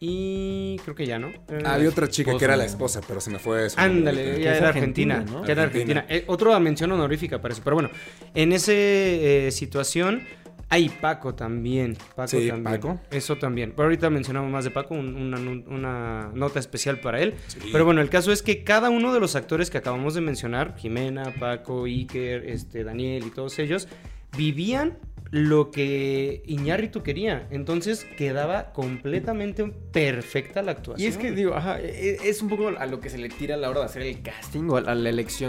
Speaker 3: y creo que ya, ¿no?
Speaker 1: Había otra chica que era la esposa, pero se me fue su
Speaker 3: Ándale,
Speaker 1: nombre.
Speaker 3: ya
Speaker 2: es
Speaker 3: era
Speaker 2: argentina,
Speaker 3: argentina,
Speaker 2: ¿no?
Speaker 3: ya era argentina. Otra mención honorífica para eso, pero bueno, en esa situación hay Paco también.
Speaker 1: Sí,
Speaker 3: también.
Speaker 1: Paco.
Speaker 3: Eso también. Pero ahorita mencionamos más de Paco, una nota especial para él.
Speaker 1: Sí.
Speaker 3: Pero bueno, el caso es que cada uno de los actores que acabamos de mencionar, Jimena, Paco, Iker, Daniel y todos ellos, vivían lo que Iñárritu quería. Entonces quedaba completamente perfecta la actuación.
Speaker 2: Y es que digo, es un poco a lo que se le tira a la hora de hacer el casting o a la elección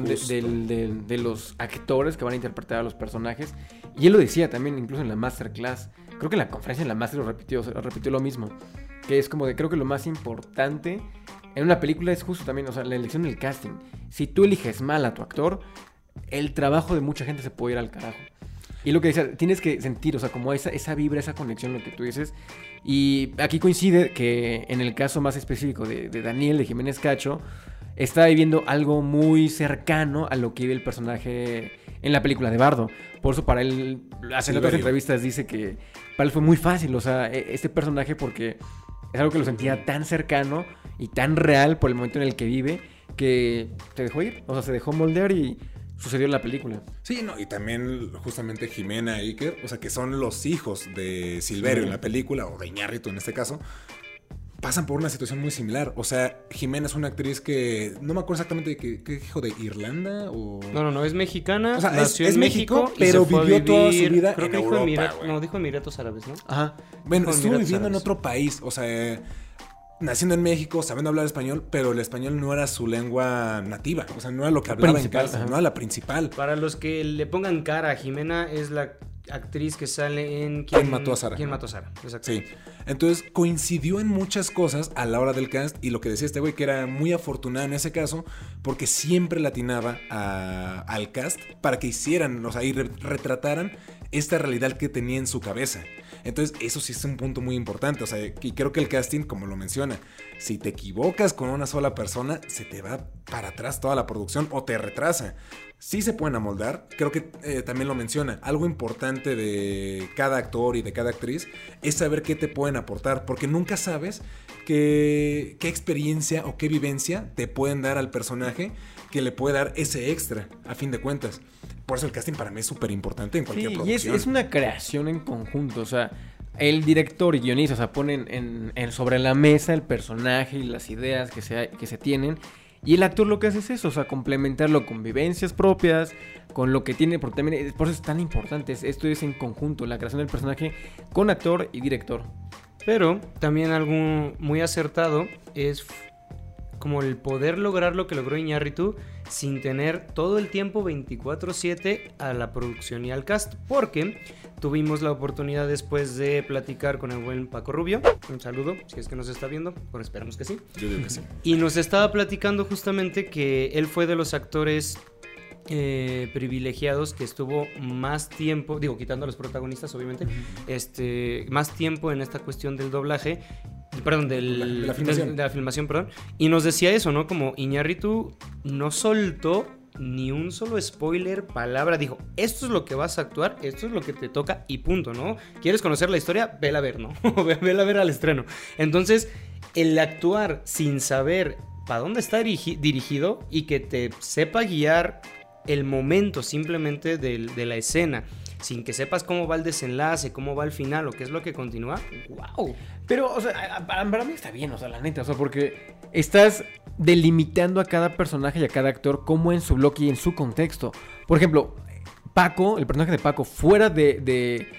Speaker 2: de los actores que van a interpretar a los personajes. Y él lo decía también, incluso en la masterclass. Creo que en la conferencia en la master lo repitió lo mismo. Que es como de, creo que lo más importante en una película es justo también, o sea, la elección del casting. Si tú eliges mal a tu actor, el trabajo de mucha gente se puede ir al carajo. Y lo que decía, tienes que sentir, o sea, como esa vibra, esa conexión, lo que tú dices. Y aquí coincide que en el caso más específico de Daniel, de Jiménez Cacho, está viviendo algo muy cercano a lo que vive el personaje en la película de Bardo. Por eso para él, hace otras entrevistas, dice que para él fue muy fácil, o sea, este personaje, porque es algo que lo sentía tan cercano y tan real por el momento en el que vive, que se dejó ir, o sea, se dejó moldear y sucedió en la película.
Speaker 1: Sí, no, y también justamente Jimena e Iker, o sea, que son los hijos de Silverio en la película, o de Iñárritu en este caso, pasan por una situación muy similar. O sea, Jimena es una actriz que no me acuerdo exactamente de qué hijo de Irlanda o...
Speaker 3: No, es mexicana,
Speaker 1: O sea,
Speaker 3: nació
Speaker 1: es
Speaker 3: en
Speaker 1: México,
Speaker 3: y
Speaker 1: pero
Speaker 3: se fue a
Speaker 1: vivió toda su
Speaker 3: vivir,
Speaker 1: vida
Speaker 3: creo
Speaker 1: en
Speaker 3: que
Speaker 1: Europa, güey.
Speaker 3: dijo Emiratos Árabes, ¿no?
Speaker 2: Ajá.
Speaker 1: Bueno,
Speaker 3: Con
Speaker 1: estuvo
Speaker 3: Emiratos
Speaker 1: viviendo en
Speaker 3: Árabes.
Speaker 1: otro país, o sea, naciendo en México, sabiendo hablar español, pero el español no era su lengua nativa, o sea, no era lo que hablaba
Speaker 2: Principal,
Speaker 1: en casa,
Speaker 2: ajá.
Speaker 1: no era la principal.
Speaker 3: Para los que le pongan cara a Jimena, es la actriz que sale en
Speaker 1: ¿Quién mató a Sara?
Speaker 3: ¿Quién mató a Sara? Exacto.
Speaker 1: Sí, entonces coincidió en muchas cosas a la hora del cast y lo que decía este güey que era muy afortunado en ese caso porque siempre latinaba al cast para que hicieran, o sea, y retrataran esta realidad que tenía en su cabeza. Entonces eso sí es un punto muy importante, o sea, y creo que el casting, como lo menciona, si te equivocas con una sola persona, se te va para atrás toda la producción o te retrasa. Sí se pueden amoldar, creo que también lo menciona. Algo importante de cada actor y de cada actriz es saber qué te pueden aportar, porque nunca sabes qué experiencia o qué vivencia te pueden dar al personaje que le puede dar ese extra, a fin de cuentas. Por eso el casting para mí es súper importante en cualquier producción.
Speaker 2: Y es una creación en conjunto, o sea, el director y guionista, o sea, ponen sobre la mesa el personaje y las ideas que se tienen. Y el actor lo que hace es eso, o sea, complementarlo con vivencias propias, con lo que tiene, porque también por eso es tan importante, esto es en conjunto, la creación del personaje con actor y director.
Speaker 3: Pero también algo muy acertado es como el poder lograr lo que logró Iñárritu sin tener todo el tiempo 24/7 a la producción y al cast, porque tuvimos la oportunidad después de platicar con el buen Paco Rubio, un saludo si es que nos está viendo, pero esperamos que sí.
Speaker 1: Yo digo que sí.
Speaker 3: Y nos estaba platicando justamente que él fue de los actores privilegiados que estuvo más tiempo, digo, quitando a los protagonistas obviamente, más tiempo en esta cuestión del doblaje, perdón, de la filmación, perdón, y nos decía eso, ¿no? Como Iñárritu no soltó ni un solo spoiler, palabra, dijo, esto es lo que vas a actuar, esto es lo que te toca y punto, ¿no? ¿Quieres conocer la historia? Vela a ver, ¿no? Vela a ver al estreno. Entonces, el actuar sin saber para dónde está dirigido y que te sepa guiar el momento simplemente de la escena, sin que sepas cómo va el desenlace, cómo va el final o qué es lo que continúa, ¡wow!
Speaker 2: Pero, o sea, para mí está bien, o sea, la neta, o sea, porque estás delimitando a cada personaje y a cada actor como en su bloque y en su contexto. Por ejemplo, Paco, el personaje de Paco, fuera del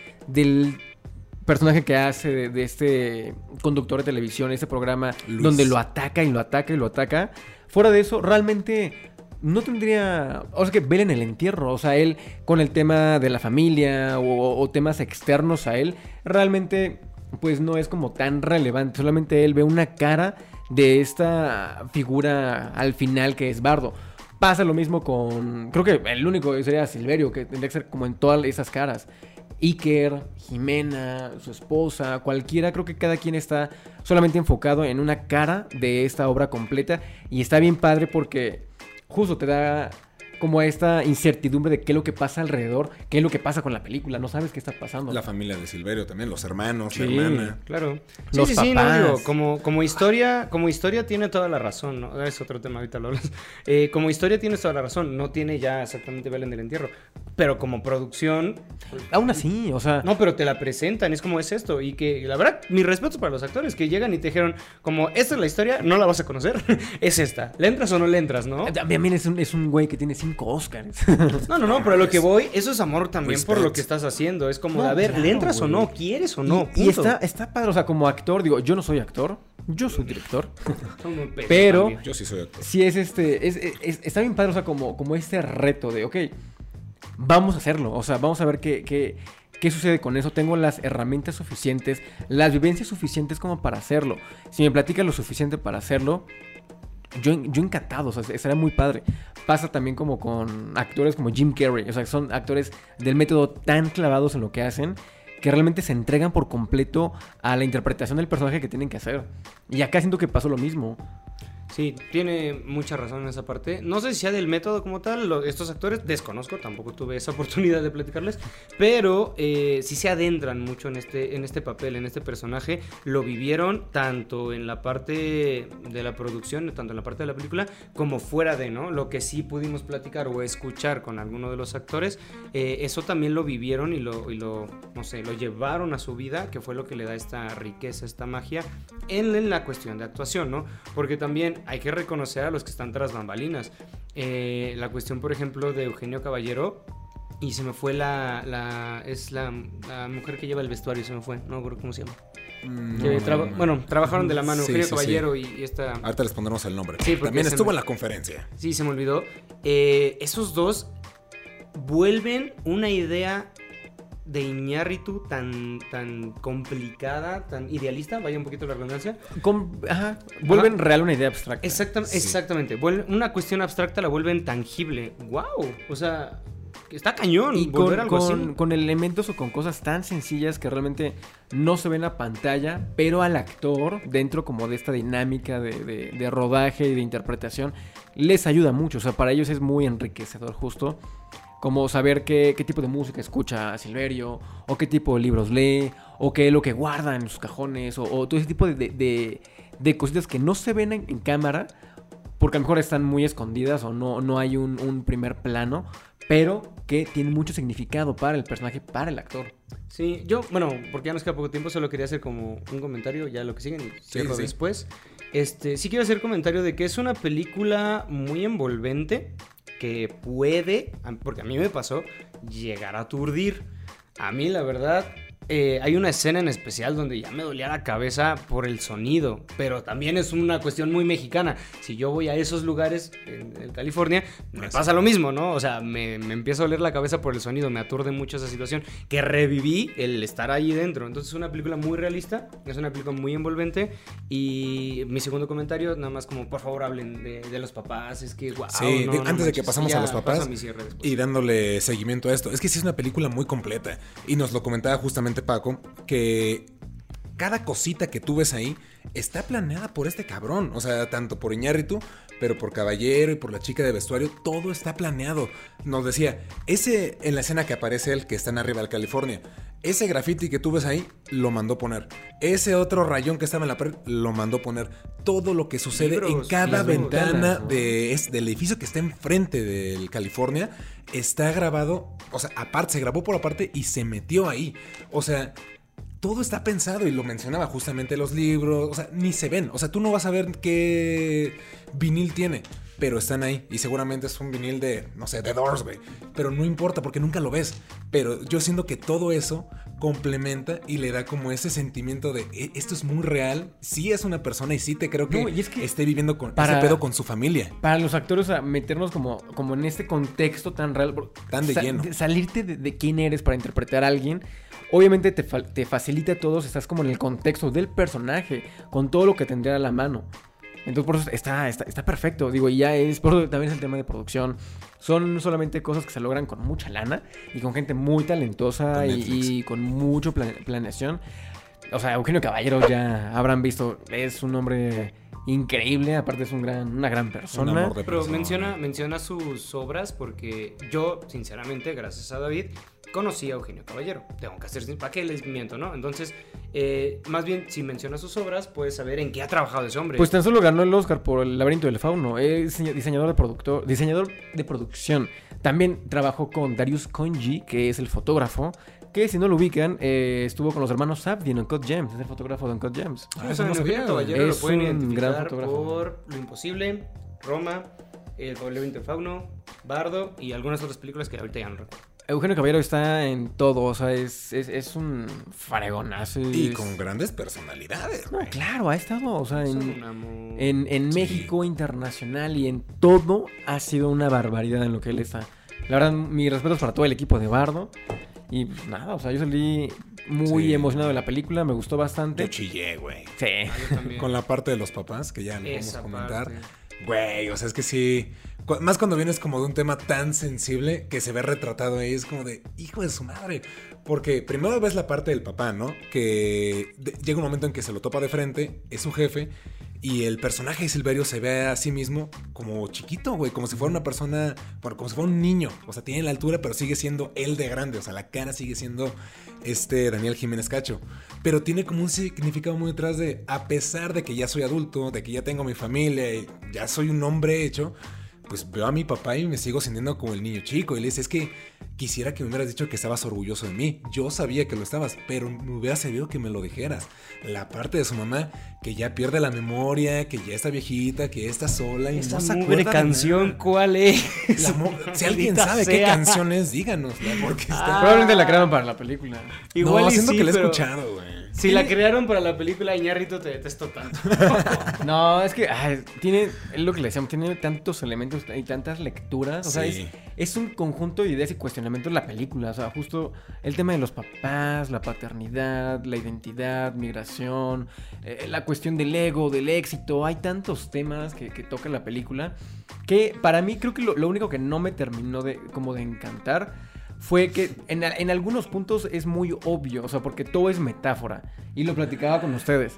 Speaker 2: personaje que hace de este conductor de televisión, ese programa Luis, donde lo ataca y lo ataca y lo ataca, fuera de eso, realmente no tendría, o sea, que ver en el entierro, o sea, él con el tema de la familia o temas externos a él, realmente pues no es como tan relevante, solamente él ve una cara de esta figura al final que es Bardo. Pasa lo mismo con, creo que el único sería Silverio, que tendría que ser como en todas esas caras. Iker, Jimena, su esposa, cualquiera, creo que cada quien está solamente enfocado en una cara de esta obra completa y está bien padre porque justo te da como esta incertidumbre de qué es lo que pasa alrededor, qué es lo que pasa con la película, no sabes qué está pasando.
Speaker 1: La familia de Silverio también, los hermanos,
Speaker 2: sí,
Speaker 1: la hermana.
Speaker 3: Claro.
Speaker 2: Los papás.
Speaker 3: No, digo, como historia tiene toda la razón, ¿no? Es otro tema, ahorita lo hablas. Como historia tienes toda la razón, no tiene ya exactamente Belén del Entierro, pero como producción...
Speaker 2: Aún así, o sea...
Speaker 3: No, pero te la presentan, es como es esto, y que la verdad, mis respetos para los actores que llegan y te dijeron, como, esta es la historia, no la vas a conocer, es esta, ¿le entras o no le entras, no?
Speaker 2: También es un güey que tiene 5 Oscars.
Speaker 3: No, pero a lo que voy, eso es amor también por lo que estás haciendo. Es como,
Speaker 2: no,
Speaker 3: a ver,
Speaker 2: claro,
Speaker 3: ¿le entras
Speaker 2: güey.
Speaker 3: o no? ¿Quieres o no?
Speaker 2: Y está padre, o sea, como actor, digo, yo no soy actor, yo soy director. Pero
Speaker 3: también.
Speaker 1: Yo sí soy actor.
Speaker 2: sí está bien padre, o sea, como este reto de, ok, vamos a hacerlo, o sea, vamos a ver qué sucede con eso. Tengo las herramientas suficientes, las vivencias suficientes como para hacerlo. Si me platicas lo suficiente para hacerlo, yo encantado, o sea, estaría muy padre. Pasa también como con actores como Jim Carrey, o sea, son actores del método tan clavados en lo que hacen que realmente se entregan por completo a la interpretación del personaje que tienen que hacer. Y acá siento que pasó lo mismo.
Speaker 3: Sí, tiene mucha razón en esa parte. No sé si sea del método como tal, estos actores, desconozco, tampoco tuve esa oportunidad de platicarles, pero sí se adentran mucho en este papel, en este personaje. Lo vivieron tanto en la parte de la producción, tanto en la parte de la película, como fuera de, ¿no? Lo que sí pudimos platicar o escuchar con alguno de los actores, eso también lo vivieron y no sé, lo llevaron a su vida, que fue lo que le da esta riqueza, esta magia en la cuestión de actuación, ¿no? Porque también hay que reconocer a los que están tras bambalinas. La cuestión, por ejemplo, de Eugenio Caballero, y se me fue la mujer que lleva el vestuario, se me fue, no me acuerdo cómo se llama. Bueno, trabajaron de la mano Eugenio Caballero y esta...
Speaker 1: Ahorita les pondremos el nombre.
Speaker 3: Sí,
Speaker 1: también estuvo en la conferencia.
Speaker 3: Sí, se me olvidó. Esos dos vuelven una idea de Iñárritu tan complicada, tan idealista, vaya un poquito la redundancia.
Speaker 2: Vuelven real una idea abstracta.
Speaker 3: Exactamente. Una cuestión abstracta la vuelven tangible. ¡Wow! O sea, está cañón
Speaker 2: y
Speaker 3: volver algo así.
Speaker 2: Con elementos o con cosas tan sencillas que realmente no se ven a pantalla, pero al actor, dentro como de esta dinámica de rodaje y de interpretación, les ayuda mucho. O sea, para ellos es muy enriquecedor justo. Como saber qué tipo de música escucha Silverio, o qué tipo de libros lee, o qué es lo que guarda en sus cajones, o todo ese tipo de cositas que no se ven en cámara, porque a lo mejor están muy escondidas o no hay un primer plano, pero que tienen mucho significado para el personaje, para el actor.
Speaker 3: Sí, porque ya nos queda poco tiempo, solo quería hacer como un comentario, ya lo que siguen y cierro después. Sí quiero hacer comentario de que es una película muy envolvente, que puede, porque a mí me pasó, llegar a aturdir. A mí, la verdad, hay una escena en especial donde ya me dolía la cabeza por el sonido, pero también es una cuestión muy mexicana. Si yo voy a esos lugares en California, me pasa lo mismo, ¿no? O sea, me empieza a doler la cabeza por el sonido, me aturde mucho esa situación, que reviví el estar ahí dentro. Entonces es una película muy realista, es una película muy envolvente. Y mi segundo comentario, nada más como, por favor, hablen de los papás, es que, wow.
Speaker 1: Sí,
Speaker 3: no,
Speaker 1: antes de que
Speaker 3: manches,
Speaker 1: pasamos a los papás y dándole seguimiento a esto, es que sí es una película muy completa. Y nos lo comentaba justamente Paco, que cada cosita que tú ves ahí está planeada por este cabrón. O sea, tanto por Iñárritu, pero por Caballero y por la chica de vestuario, todo está planeado. Nos decía, en la escena que aparece él, que está en arriba de California, ese graffiti que tú ves ahí, lo mandó poner. Ese otro rayón que estaba en la pared, lo mandó poner. Todo lo que sucede en cada ventana del edificio que está enfrente del California está grabado. O sea, aparte, se grabó por aparte y se metió ahí. O sea, todo está pensado y lo mencionaba justamente los libros. O sea, ni se ven. O sea, tú no vas a ver qué vinil tiene, pero están ahí. Y seguramente es un vinil de, no sé, de Doors, güey. Pero no importa porque nunca lo ves. Pero yo siento que todo eso complementa y le da como ese sentimiento de esto es muy real. Sí es una persona y sí te creo que, esté viviendo con ese pedo con su familia.
Speaker 2: Para los actores, o sea, meternos como en este contexto tan real.
Speaker 1: Tan de lleno.
Speaker 2: Salirte de quién eres para interpretar a alguien. Obviamente te facilita a todos, estás como en el contexto del personaje, con todo lo que tendría a la mano. Entonces por eso está perfecto. Digo, y ya por eso también es el tema de producción. Son solamente cosas que se logran con mucha lana y con gente muy talentosa y con mucho planeación. O sea, Eugenio Caballero ya habrán visto, es un hombre increíble, aparte es una gran persona.
Speaker 3: Un amor de persona. Pero menciona sus obras porque yo, sinceramente, gracias a David, conocí a Eugenio Caballero. Tengo que hacer, ¿para qué les miento, no? Entonces, más bien, si menciona sus obras, puedes saber en qué ha trabajado ese hombre.
Speaker 2: Pues tan solo ganó el Oscar por El laberinto del fauno. Es diseñador de producción. También trabajó con Darius Khondji, que es el fotógrafo, que si no lo ubican, estuvo con los hermanos Safdie en Uncut Gems. Es el fotógrafo de Uncut Gems.
Speaker 3: Eso no sabía. Caballero
Speaker 2: Es
Speaker 3: lo pueden
Speaker 2: un
Speaker 3: identificar
Speaker 2: gran fotógrafo.
Speaker 3: por Lo Imposible, Roma, El laberinto del fauno, Bardo y algunas otras películas que ahorita ya no recuerdo.
Speaker 2: Eugenio Caballero está en todo, o sea, es un fregonazo.
Speaker 1: Y con grandes personalidades.
Speaker 2: No, claro, ha estado, o sea, en
Speaker 1: Sí.
Speaker 2: México, internacional y en todo ha sido una barbaridad en lo que él está. La verdad, mis respetos para todo el equipo de Bardo. Y pues, nada, o sea, yo salí muy emocionado de la película, me gustó bastante.
Speaker 1: Yo chillé, güey.
Speaker 2: Sí.
Speaker 3: Yo también.
Speaker 1: Con la parte de los papás, que ya no vamos
Speaker 3: Esa
Speaker 1: a comentar.
Speaker 3: parte.
Speaker 1: Güey, o sea, es que sí. Más cuando vienes como de un tema tan sensible que se ve retratado ahí, es como de, hijo de su madre. Porque primero ves la parte del papá, ¿no? Que llega un momento en que se lo topa de frente, es su jefe, y el personaje de Silverio se ve a sí mismo como chiquito, güey, como si fuera una persona, bueno, como si fuera un niño. O sea, tiene la altura, pero sigue siendo él de grande. O sea, la cara sigue siendo Daniel Jiménez Cacho. Pero tiene como un significado muy detrás de, a pesar de que ya soy adulto, de que ya tengo mi familia y ya soy un hombre hecho, pues veo a mi papá y me sigo sintiendo como el niño chico. Y le dice, es que quisiera que me hubieras dicho que estabas orgulloso de mí. Yo sabía que lo estabas, pero me hubiera servido que me lo dijeras. La parte de su mamá, que ya pierde la memoria, que ya está viejita, que está sola y no se acuerda de
Speaker 3: canción,
Speaker 1: nada.
Speaker 3: ¿cuál es?
Speaker 1: Si alguien sabe qué canción es, díganosla, porque está...
Speaker 2: Probablemente la crearon para la película.
Speaker 3: Igual
Speaker 1: no,
Speaker 3: y
Speaker 1: siento
Speaker 3: sí,
Speaker 1: que la he
Speaker 3: pero
Speaker 1: escuchado, güey.
Speaker 3: Si la crearon para la película, Iñárritu te detesto tanto.
Speaker 2: No, es que es lo que le decíamos, tiene tantos elementos y tantas lecturas. O sea,
Speaker 1: Sí.
Speaker 2: es un conjunto de ideas y cuestionamientos la película. O sea, justo el tema de los papás, la paternidad, la identidad, migración, la cuestión del ego, del éxito. Hay tantos temas que toca la película que para mí creo que lo único que no me terminó de encantar fue que en algunos puntos es muy obvio, o sea, porque todo es metáfora. Y lo platicaba con ustedes.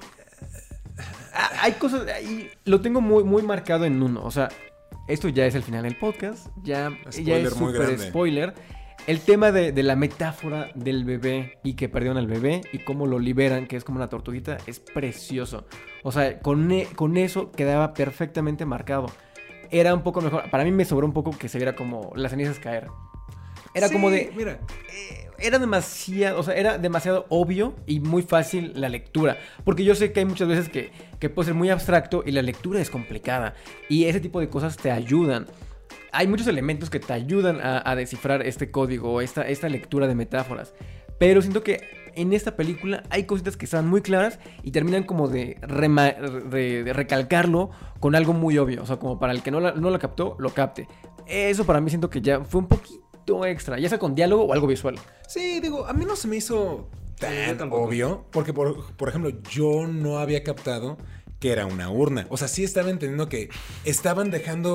Speaker 2: Hay cosas, lo tengo muy, muy marcado en uno. O sea, esto ya es el final del podcast. Ya es
Speaker 1: muy
Speaker 2: súper
Speaker 1: grande.
Speaker 2: spoiler. El tema de la metáfora del bebé y que perdieron al bebé y cómo lo liberan, que es como una tortuguita, es precioso. O sea, con eso quedaba perfectamente marcado. Era un poco mejor. Para mí me sobró un poco que se viera como las cenizas caer. Era
Speaker 1: Sí,
Speaker 2: como de...
Speaker 1: Mira,
Speaker 2: Era demasiado obvio y muy fácil la lectura. Porque yo sé que hay muchas veces que puede ser muy abstracto y la lectura es complicada. Y ese tipo de cosas te ayudan. Hay muchos elementos que te ayudan a descifrar este código, esta lectura de metáforas. Pero siento que en esta película hay cositas que están muy claras y terminan como de recalcarlo con algo muy obvio. O sea, como para el que no la captó, lo capte. Eso para mí siento que ya fue un poquito extra, ya sea con diálogo o algo visual.
Speaker 1: Sí, digo, a mí no se me hizo tan
Speaker 3: tampoco.
Speaker 1: obvio, porque por ejemplo, yo no había captado que era una urna. O sea, sí estaba entendiendo que estaban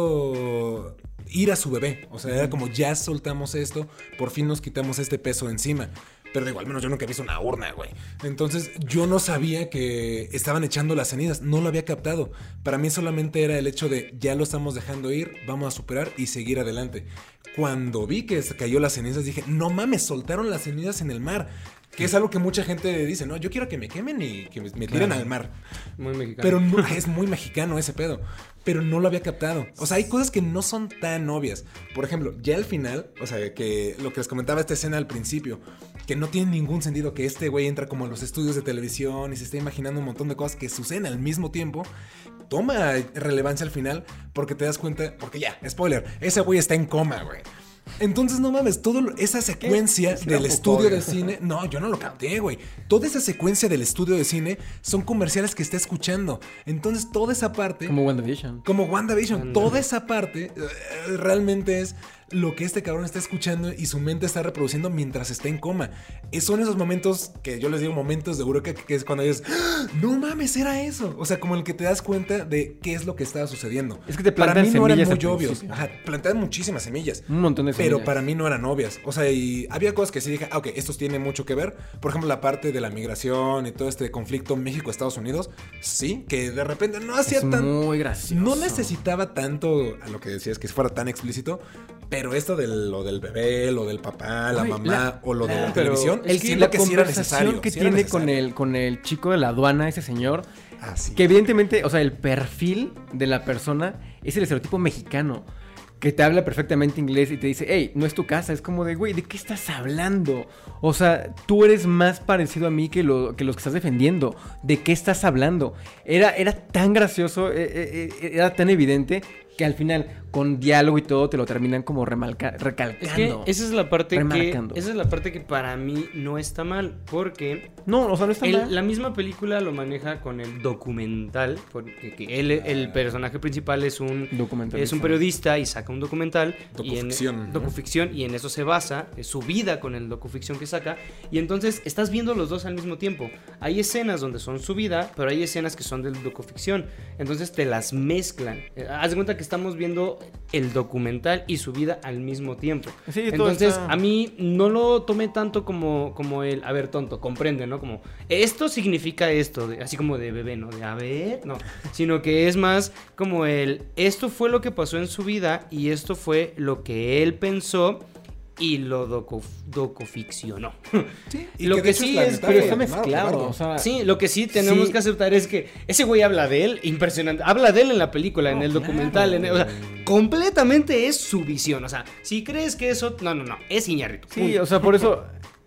Speaker 1: dejando ir a su bebé. O sea, era como, ya soltamos esto, por fin nos quitamos este peso encima. Pero digo, al menos yo nunca he visto una urna, güey. Entonces, yo no sabía que estaban echando las cenizas. No lo había captado. Para mí solamente era el hecho de, ya lo estamos dejando ir, vamos a superar y seguir adelante. Cuando vi que se cayó las cenizas, dije, no mames, soltaron las cenizas en el mar. Que es algo que mucha gente dice, no, yo quiero que me quemen y que me tiren al mar.
Speaker 3: Muy mexicano.
Speaker 1: Pero no, es muy mexicano ese pedo. Pero no lo había captado. O sea, hay cosas que no son tan obvias. Por ejemplo, ya al final, o sea, que lo que les comentaba esta escena al principio, que no tiene ningún sentido que este güey entra como a los estudios de televisión y se está imaginando un montón de cosas que suceden al mismo tiempo. Toma relevancia al final porque te das cuenta, porque ya, spoiler, ese güey está en coma, güey. Entonces, no mames, toda esa secuencia del estudio de cine... No, yo no lo capté, güey. Toda esa secuencia del estudio de cine son comerciales que está escuchando. Entonces, toda esa parte...
Speaker 2: Como WandaVision.
Speaker 1: Como WandaVision. Toda esa parte realmente es lo que este cabrón está escuchando y su mente está reproduciendo mientras está en coma. Son esos momentos que yo les digo momentos de eureka, que es cuando dices, ¡ah! No mames, era eso. O sea, como el que te das cuenta de qué es lo que estaba sucediendo.
Speaker 2: Es que te
Speaker 1: para
Speaker 2: plantan
Speaker 1: mí no eran
Speaker 2: semillas
Speaker 1: muy
Speaker 2: al
Speaker 1: obvios.
Speaker 2: principio.
Speaker 1: Ajá, plantaban muchísimas semillas.
Speaker 2: Un montón de semillas.
Speaker 1: Pero para mí no eran obvias. O sea, y había cosas que sí dije, ok, estos tienen mucho que ver. Por ejemplo, la parte de la migración y todo este conflicto México-Estados Unidos. Sí, que de repente no hacía
Speaker 2: es
Speaker 1: tan...
Speaker 2: muy gracioso.
Speaker 1: No necesitaba tanto a lo que decías que fuera tan explícito. Pero esto de lo del bebé, lo del papá, la mamá o lo de la televisión,
Speaker 2: el
Speaker 1: siento
Speaker 2: la
Speaker 1: que sí era
Speaker 2: conversación
Speaker 1: necesario.
Speaker 2: que
Speaker 1: sí era
Speaker 2: tiene
Speaker 1: necesario.
Speaker 2: con el chico de la aduana, ese señor,
Speaker 1: Ah, sí.
Speaker 2: que evidentemente, o sea, el perfil de la persona es el estereotipo mexicano, que te habla perfectamente inglés y te dice, hey, no es tu casa. Es como de, güey, ¿de qué estás hablando? O sea, tú eres más parecido a mí que los que estás defendiendo. ¿De qué estás hablando? Era tan gracioso, era tan evidente que al final, con diálogo y todo, te lo terminan como recalcando.
Speaker 3: Es que esa es la parte
Speaker 2: remarcando.
Speaker 3: esa es la parte que para mí no está mal, porque
Speaker 2: No, o sea, no está mal.
Speaker 3: la misma película lo maneja con el documental, porque que el personaje principal es un periodista y saca un documental.
Speaker 1: Docuficción, ¿no?
Speaker 3: Docuficción, y en eso se basa su vida con el docuficción que saca. Y entonces estás viendo los dos al mismo tiempo. Hay escenas donde son su vida, pero hay escenas que son del docuficción. Entonces te las mezclan. Haz de cuenta que estamos viendo el documental y su vida al mismo tiempo.
Speaker 2: Sí,
Speaker 3: entonces
Speaker 2: está...
Speaker 3: a mí no lo tomé tanto como el, a ver, tonto, comprende, ¿no? Como, esto significa esto, así como de bebé, ¿no? De, a ver, no. Sino que es más como esto fue lo que pasó en su vida y esto fue lo que él pensó y lo docuficcionó.
Speaker 1: Sí,
Speaker 3: y lo que sí es,
Speaker 2: pero está mezclado, o sea,
Speaker 3: sí, lo que sí tenemos que aceptar es que ese güey habla de él, impresionante, habla de él en la película, en el documental, o sea, completamente es su visión, o sea, si crees que eso, no, es Iñárritu.
Speaker 2: Sí, o sea, por eso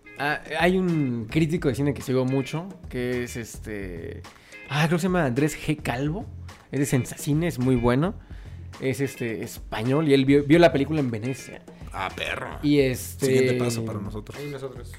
Speaker 2: hay un crítico de cine que sigo mucho, que es creo que se llama Andrés G. Calvo, es de Sensacine, es muy bueno, es español y él vio la película en Venecia.
Speaker 1: Ah, perro.
Speaker 2: Y
Speaker 1: Siguiente paso para nosotros.
Speaker 3: Ahí nosotros.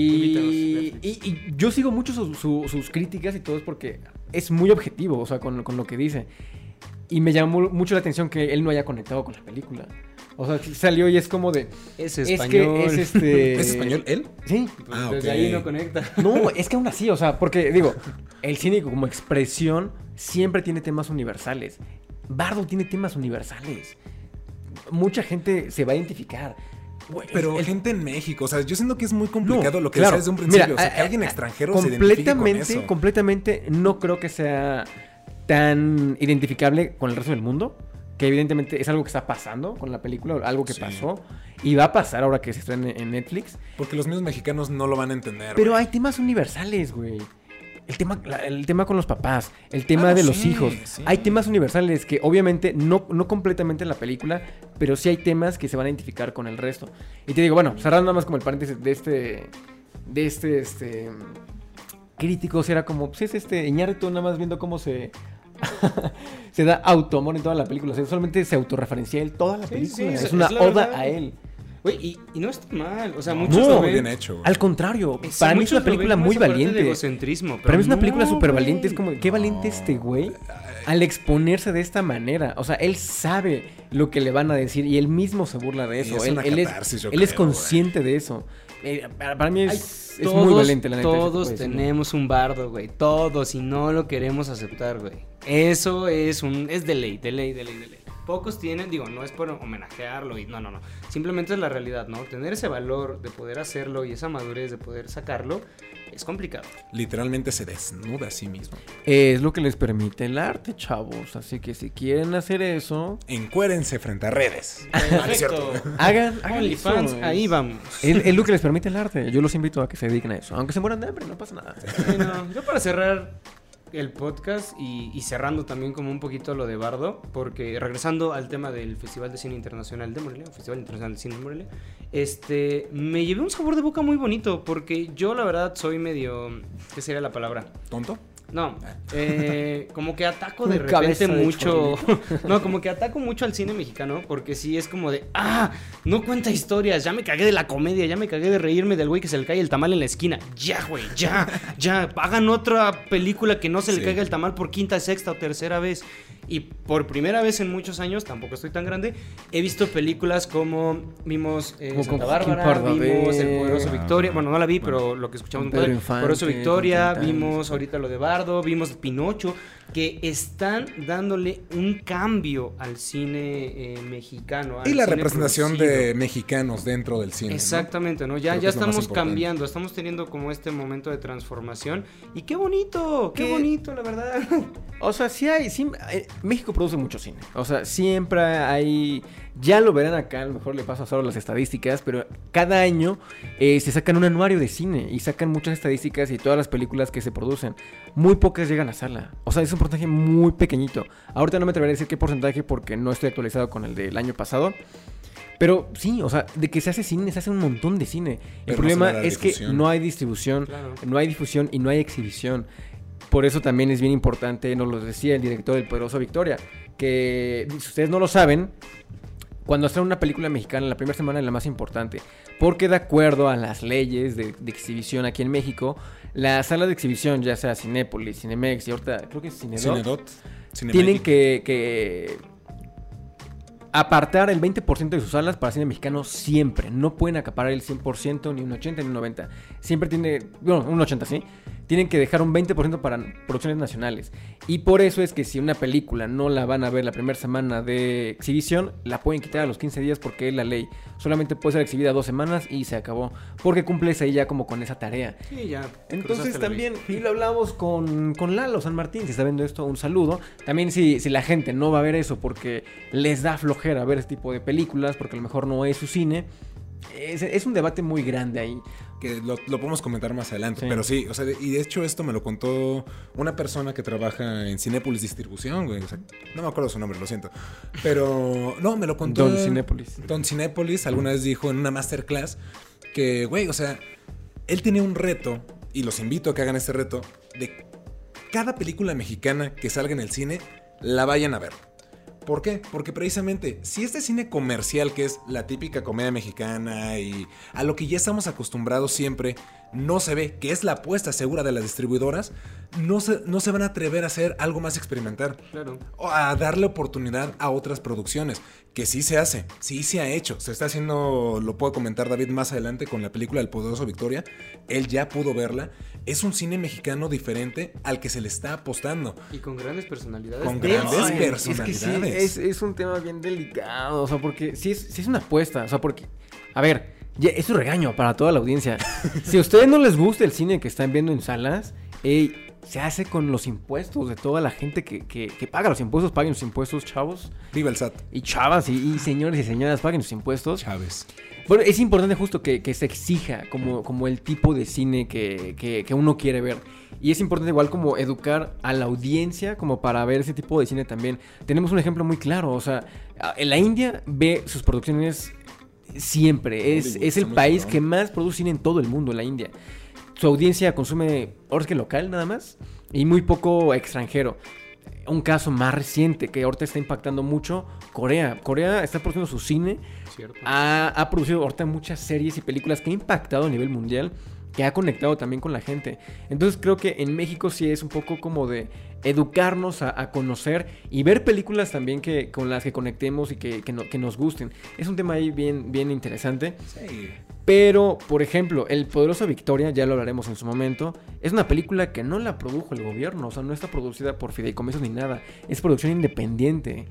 Speaker 2: Y yo sigo mucho sus críticas y todo es porque es muy objetivo, o sea, con lo que dice. Y me llamó mucho la atención que él no haya conectado con la película. O sea, salió y es como de...
Speaker 3: Es español.
Speaker 2: Es que
Speaker 1: ¿Es español él?
Speaker 2: Sí.
Speaker 3: Pues
Speaker 1: ok.
Speaker 3: desde ahí no conecta.
Speaker 2: No, es que aún así, o sea, porque digo, el cine como expresión siempre tiene temas universales. Bardo tiene temas universales. Mucha gente se va a identificar.
Speaker 1: Pero gente en México, o sea, yo siento que es muy complicado lo que
Speaker 2: claro.
Speaker 1: decías desde un principio.
Speaker 2: Mira,
Speaker 1: o sea, que alguien extranjero se identifique con eso.
Speaker 2: Completamente no creo que sea tan identificable con el resto del mundo. Que evidentemente es algo que está pasando con la película, algo que pasó. Y va a pasar ahora que se estrene en Netflix.
Speaker 1: Porque los mismos mexicanos no lo van a entender.
Speaker 2: Pero
Speaker 1: güey.
Speaker 2: hay temas universales, güey. El tema con los papás, el tema de los hijos.
Speaker 1: Sí.
Speaker 2: Hay temas universales que obviamente no completamente en la película, pero sí hay temas que se van a identificar con el resto. Y te digo, bueno, cerrando nada más como el paréntesis de este crítico, era como, pues es Iñárritu nada más viendo cómo se da autoamor en toda la película. O sea, solamente se autorreferencia a él toda la película.
Speaker 3: sí,
Speaker 2: es una
Speaker 3: la
Speaker 2: oda
Speaker 3: verdad.
Speaker 2: a él.
Speaker 3: Güey, y no está mal. O sea,
Speaker 1: No,
Speaker 3: muchos
Speaker 2: no,
Speaker 3: lo
Speaker 1: muy
Speaker 3: ven.
Speaker 1: bien hecho, güey.
Speaker 2: Al contrario,
Speaker 3: Sí,
Speaker 2: para mí es
Speaker 3: muchos
Speaker 2: una
Speaker 3: lo ven
Speaker 2: película
Speaker 3: como
Speaker 2: muy
Speaker 3: esa parte de
Speaker 2: valiente.
Speaker 3: egocentrismo,
Speaker 2: Para mí es una
Speaker 3: no,
Speaker 2: película súper
Speaker 3: güey.
Speaker 2: valiente. Es como, qué valiente este güey al exponerse de esta manera. O sea, él sabe lo que le van a decir y él mismo se burla de
Speaker 1: Y
Speaker 2: eso.
Speaker 1: es una
Speaker 2: Él
Speaker 1: catarsis, yo
Speaker 2: él es
Speaker 1: creo,
Speaker 2: consciente de eso. Para mí es muy
Speaker 3: Todos-
Speaker 2: valiente, la neta.
Speaker 3: Todos
Speaker 2: ese tipo de cine.
Speaker 3: tenemos un bardo, güey. Todos, y no lo queremos aceptar, güey. Eso es de ley. Pocos tienen, digo, no es por homenajearlo y no. Simplemente es la realidad, ¿no? Tener ese valor de poder hacerlo y esa madurez de poder sacarlo es complicado.
Speaker 1: Literalmente se desnuda a sí mismo.
Speaker 2: Es lo que les permite el arte, chavos. Así que si quieren hacer eso,
Speaker 1: Encuérense frente a redes. Ah, es cierto.
Speaker 2: hagan
Speaker 3: OnlyFans,
Speaker 2: eso.
Speaker 3: ahí vamos.
Speaker 2: Es lo que les permite el arte. Yo los invito a que se dediquen a eso. Aunque se mueran de hambre, no pasa nada.
Speaker 3: Bueno, yo para cerrar el podcast y cerrando también como un poquito lo de Bardo, porque regresando al tema del Festival de Cine Internacional de Morelia, Festival Internacional de Cine de Morelia, me llevé un sabor de boca muy bonito, porque yo la verdad soy medio, ¿qué sería la palabra?
Speaker 1: ¿Tonto?
Speaker 3: No, como que ataco de
Speaker 2: Un cabeza
Speaker 3: repente
Speaker 2: de
Speaker 3: mucho. No, como que ataco mucho al cine mexicano, porque sí es como de, no cuenta historias, ya me cagué de la comedia, ya me cagué de reírme del güey que se le cae el tamal en la esquina. Ya, güey, ya, hagan otra película que no se le
Speaker 1: Sí.
Speaker 3: caiga el tamal por quinta, sexta o tercera vez. Y por primera vez en muchos años, tampoco estoy tan grande, he visto películas como vimos
Speaker 2: Como
Speaker 3: Santa
Speaker 2: con
Speaker 3: Bárbara,
Speaker 2: Joaquín
Speaker 3: vimos
Speaker 2: Pardavé.
Speaker 3: El Poderoso Victoria. Bueno, no la vi,
Speaker 1: Bueno.
Speaker 3: pero lo que escuchamos
Speaker 2: Con Pedro
Speaker 3: El
Speaker 2: Infante,
Speaker 3: Poderoso
Speaker 2: con
Speaker 3: Victoria,
Speaker 2: Tintán.
Speaker 3: vimos ahorita lo de Bardo, vimos Pinocho, que están dándole un cambio al cine mexicano. al
Speaker 1: Y la
Speaker 3: cine
Speaker 1: representación
Speaker 3: producido.
Speaker 1: de mexicanos dentro del cine. ¿no?
Speaker 3: Exactamente, ¿no? Ya
Speaker 1: Creo que es lo más
Speaker 3: estamos
Speaker 1: importante.
Speaker 3: cambiando, estamos teniendo como este momento de transformación. Y qué bonito,
Speaker 2: ¿Qué?
Speaker 3: la verdad.
Speaker 2: O sea, México produce mucho cine. O sea, siempre hay... Ya lo verán acá, a lo mejor le paso a solo las estadísticas, pero cada año se sacan un anuario de cine y sacan muchas estadísticas y todas las películas que se producen. Muy pocas llegan a sala. O sea, es un porcentaje muy pequeñito. Ahorita no me atreveré a decir qué porcentaje porque no estoy actualizado con el del año pasado. Pero sí, o sea, de que se hace cine, se hace un montón de cine.
Speaker 1: Pero
Speaker 2: El problema
Speaker 1: no se le da
Speaker 2: es que
Speaker 1: difusión.
Speaker 2: no hay distribución,
Speaker 3: Claro.
Speaker 2: no hay difusión y no hay exhibición. Por eso también es bien importante, nos lo decía el director del Poderoso Victoria, que si ustedes no lo saben, cuando hacen una película mexicana, la primera semana es la más importante, porque de acuerdo a las leyes de exhibición aquí en México, las salas de exhibición, ya sea Cinépolis, Cinemex y ahorita creo que es Cinedot, tienen que apartar el 20% de sus salas para cine mexicano siempre. No pueden acaparar el 100%, ni un 80, ni un 90. Siempre un 80, ¿sí? Tienen que dejar un 20% para producciones nacionales. Y por eso es que si una película no la van a ver la primera semana de exhibición, la pueden quitar a los 15 días porque es la ley. Solamente puede ser exhibida 2 semanas y se acabó. Porque cumples ahí ya como con esa tarea.
Speaker 3: Sí, ya.
Speaker 2: Entonces
Speaker 3: cruzaste la
Speaker 2: también, y lo hablamos con Lalo San Martín, si está viendo esto, un saludo. También si la gente no va a ver eso porque les da flojera ver este tipo de películas, porque a lo mejor no es su cine, es un debate muy grande ahí.
Speaker 1: Que lo podemos comentar más adelante.
Speaker 2: Sí.
Speaker 1: Pero sí, o sea, y de hecho esto me lo contó una persona que trabaja en Cinépolis Distribución, güey. O sea, no me acuerdo su nombre, lo siento. Pero no, me lo contó
Speaker 2: Don Cinépolis.
Speaker 1: Don Cinépolis alguna vez dijo en una masterclass que, güey, o sea, él tenía un reto, y los invito a que hagan este reto, de cada película mexicana que salga en el cine, la vayan a ver. ¿Por qué? Porque precisamente, si este cine comercial, que es la típica comedia mexicana y a lo que ya estamos acostumbrados siempre, no se ve, que es la apuesta segura de las distribuidoras, no se van a atrever a hacer algo más experimental.
Speaker 3: Claro.
Speaker 1: O a darle oportunidad a otras producciones, que sí se hace, sí se ha hecho. Se está haciendo, lo puedo comentar David más adelante con la película El Poderoso Victoria. Él ya pudo verla. Es un cine mexicano diferente al que se le está apostando.
Speaker 3: Y con grandes personalidades.
Speaker 1: Con
Speaker 3: de-
Speaker 1: grandes
Speaker 2: Ay,
Speaker 1: personalidades.
Speaker 2: Es que sí, es un tema bien delicado, o sea, porque sí es una apuesta, o sea, porque, a ver, es un regaño para toda la audiencia. Si a ustedes no les gusta el cine que están viendo en salas, se hace con los impuestos de toda la gente que paga los impuestos. Paguen sus impuestos, chavos
Speaker 1: Viva el SAT.
Speaker 2: y chavas y señores y señoras, paguen sus impuestos.
Speaker 1: Chávez.
Speaker 2: Bueno, es importante justo que se exija como el tipo de cine que uno quiere ver. Y es importante igual como educar a la audiencia como para ver ese tipo de cine también. Tenemos un ejemplo muy claro, o sea, en la India ve sus producciones siempre. Es
Speaker 1: Hollywood,
Speaker 2: el
Speaker 1: está muy
Speaker 2: país
Speaker 1: cabrón.
Speaker 2: que más produce cine en todo el mundo, la India. Su audiencia consume, ahora es que local nada más, y muy poco extranjero. un caso más reciente que ahorita está impactando mucho, Corea. Corea está produciendo su cine,
Speaker 3: Cierto.
Speaker 2: ha producido ahorita muchas series y películas que ha impactado a nivel mundial, que ha conectado también con la gente. Entonces creo que en México sí es un poco como de educarnos a conocer y ver películas también con las que conectemos y que nos gusten. Es un tema ahí bien interesante.
Speaker 1: Sí.
Speaker 2: Pero, por ejemplo, El Poderoso Victoria, ya lo hablaremos en su momento, es una película que no la produjo el gobierno, o sea, no está producida por fideicomisos ni nada, es producción independiente.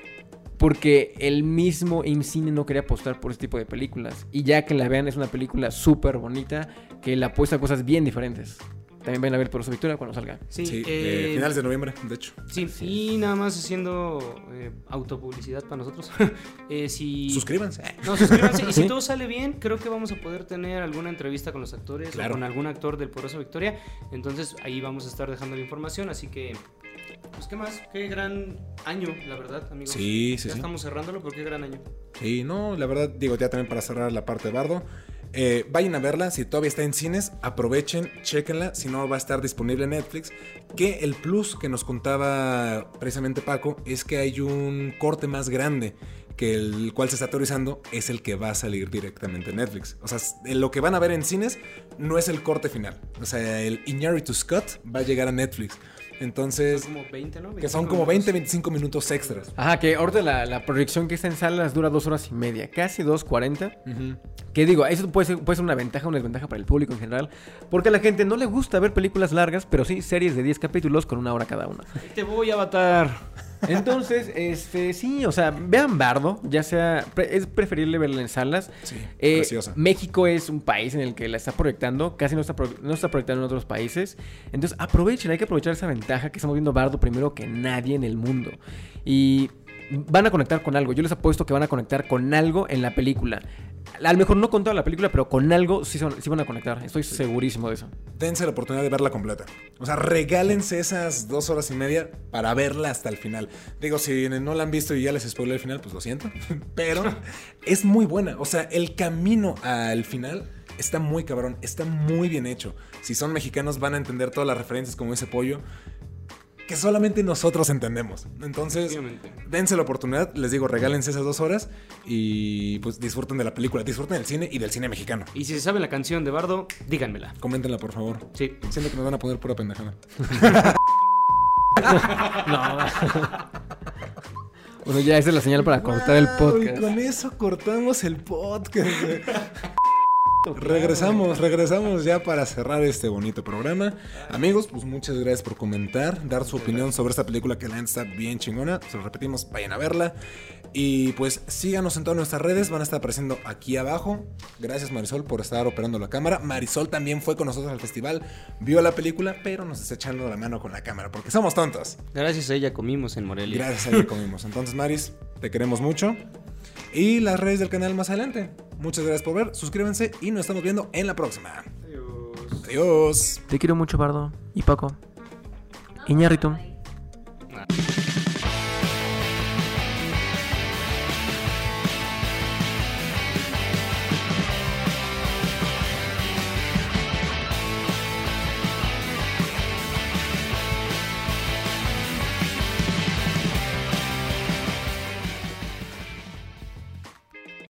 Speaker 2: Porque el mismo IMCINE no quería apostar por este tipo de películas. Y ya que la vean, es una película súper bonita que le apuesta a cosas bien diferentes. También vayan a ver Poderoso Victoria cuando salga.
Speaker 3: Sí,
Speaker 1: Sí, finales de noviembre, de hecho.
Speaker 3: Sí, y nada más haciendo autopublicidad para nosotros.
Speaker 1: Suscríbanse.
Speaker 3: No, suscríbanse. Y
Speaker 2: Sí.
Speaker 3: si todo sale bien, creo que vamos a poder tener alguna entrevista con los actores
Speaker 1: Claro.
Speaker 3: o con algún actor del Poderoso Victoria. Entonces ahí vamos a estar dejando la información. Así que, pues, ¿qué más? Qué gran año, la verdad, amigos.
Speaker 1: Sí.
Speaker 3: Ya estamos cerrándolo, pero qué gran año.
Speaker 1: Sí, no, la verdad, digo, ya también para cerrar la parte de Bardo. Vayan a verla, si todavía está en cines, aprovechen, chéquenla, si no va a estar disponible en Netflix. Que el plus que nos contaba precisamente Paco es que hay un corte más grande que el cual se está teorizando es el que va a salir directamente en Netflix. O sea, lo que van a ver en cines no es el corte final. O sea, el Iñárritu Cut va a llegar a Netflix. Entonces,
Speaker 3: Son como 20, ¿no?
Speaker 1: que son como 20-25 minutos extras.
Speaker 2: Ajá, que ahorita la proyección que está en salas dura 2 horas y media, casi 2:40.
Speaker 1: Ujú.
Speaker 2: Que digo, eso puede ser una ventaja o una desventaja para el público en general. Porque a la gente no le gusta ver películas largas, pero sí series de 10 capítulos con 1 hora cada una.
Speaker 3: Te voy a avatar.
Speaker 2: Entonces, sí, o sea, vean Bardo, ya sea, es preferible verla en salas.
Speaker 1: Sí, preciosa.
Speaker 2: México es un país en el que la está proyectando, casi no está proyectando en otros países. Entonces, aprovechen, hay que aprovechar esa ventaja que estamos viendo Bardo primero que nadie en el mundo. Y van a conectar con algo, yo les apuesto que van a conectar con algo en la película. A lo mejor no con toda la película, pero con algo sí van a conectar, estoy segurísimo de eso.
Speaker 1: Dense la oportunidad de verla completa. O sea, regálense esas 2 horas y media para verla hasta el final. Digo, si no la han visto y ya les spoilé el final, pues lo siento. Pero es muy buena. O sea, el camino al final está muy cabrón. Está muy bien hecho. Si son mexicanos van a entender todas las referencias como ese pollo que solamente nosotros entendemos. Entonces,
Speaker 3: Obviamente.
Speaker 1: dense la oportunidad. Les digo, regálense esas 2 horas y pues disfruten de la película. Disfruten del cine y del cine mexicano.
Speaker 3: Y si se saben la canción de Bardo, díganmela.
Speaker 1: Coméntenla, por favor.
Speaker 3: Sí.
Speaker 1: Siento que nos van a poner pura pendejada.
Speaker 2: No. Bueno, ya esa es la señal para cortar el podcast.
Speaker 1: Y con eso cortamos el podcast. güey. Regresamos ya para cerrar este bonito programa. Amigos, pues muchas gracias por comentar, dar su opinión sobre esta película que la neta está bien chingona. Se lo repetimos, vayan a verla. Y pues síganos en todas nuestras redes, van a estar apareciendo aquí abajo. Gracias Marisol por estar operando la cámara. Marisol también fue con nosotros al festival, vio la película, pero nos está echando la mano con la cámara porque somos tontos.
Speaker 3: Gracias a ella comimos en Morelia.
Speaker 1: Gracias a ella comimos. Entonces, Maris, te queremos mucho. Y las redes del canal más adelante. Muchas gracias por ver, suscríbanse y nos estamos viendo en la próxima.
Speaker 3: Adiós.
Speaker 1: Adiós.
Speaker 2: Te quiero mucho, Bardo y Paco. Iñárritu.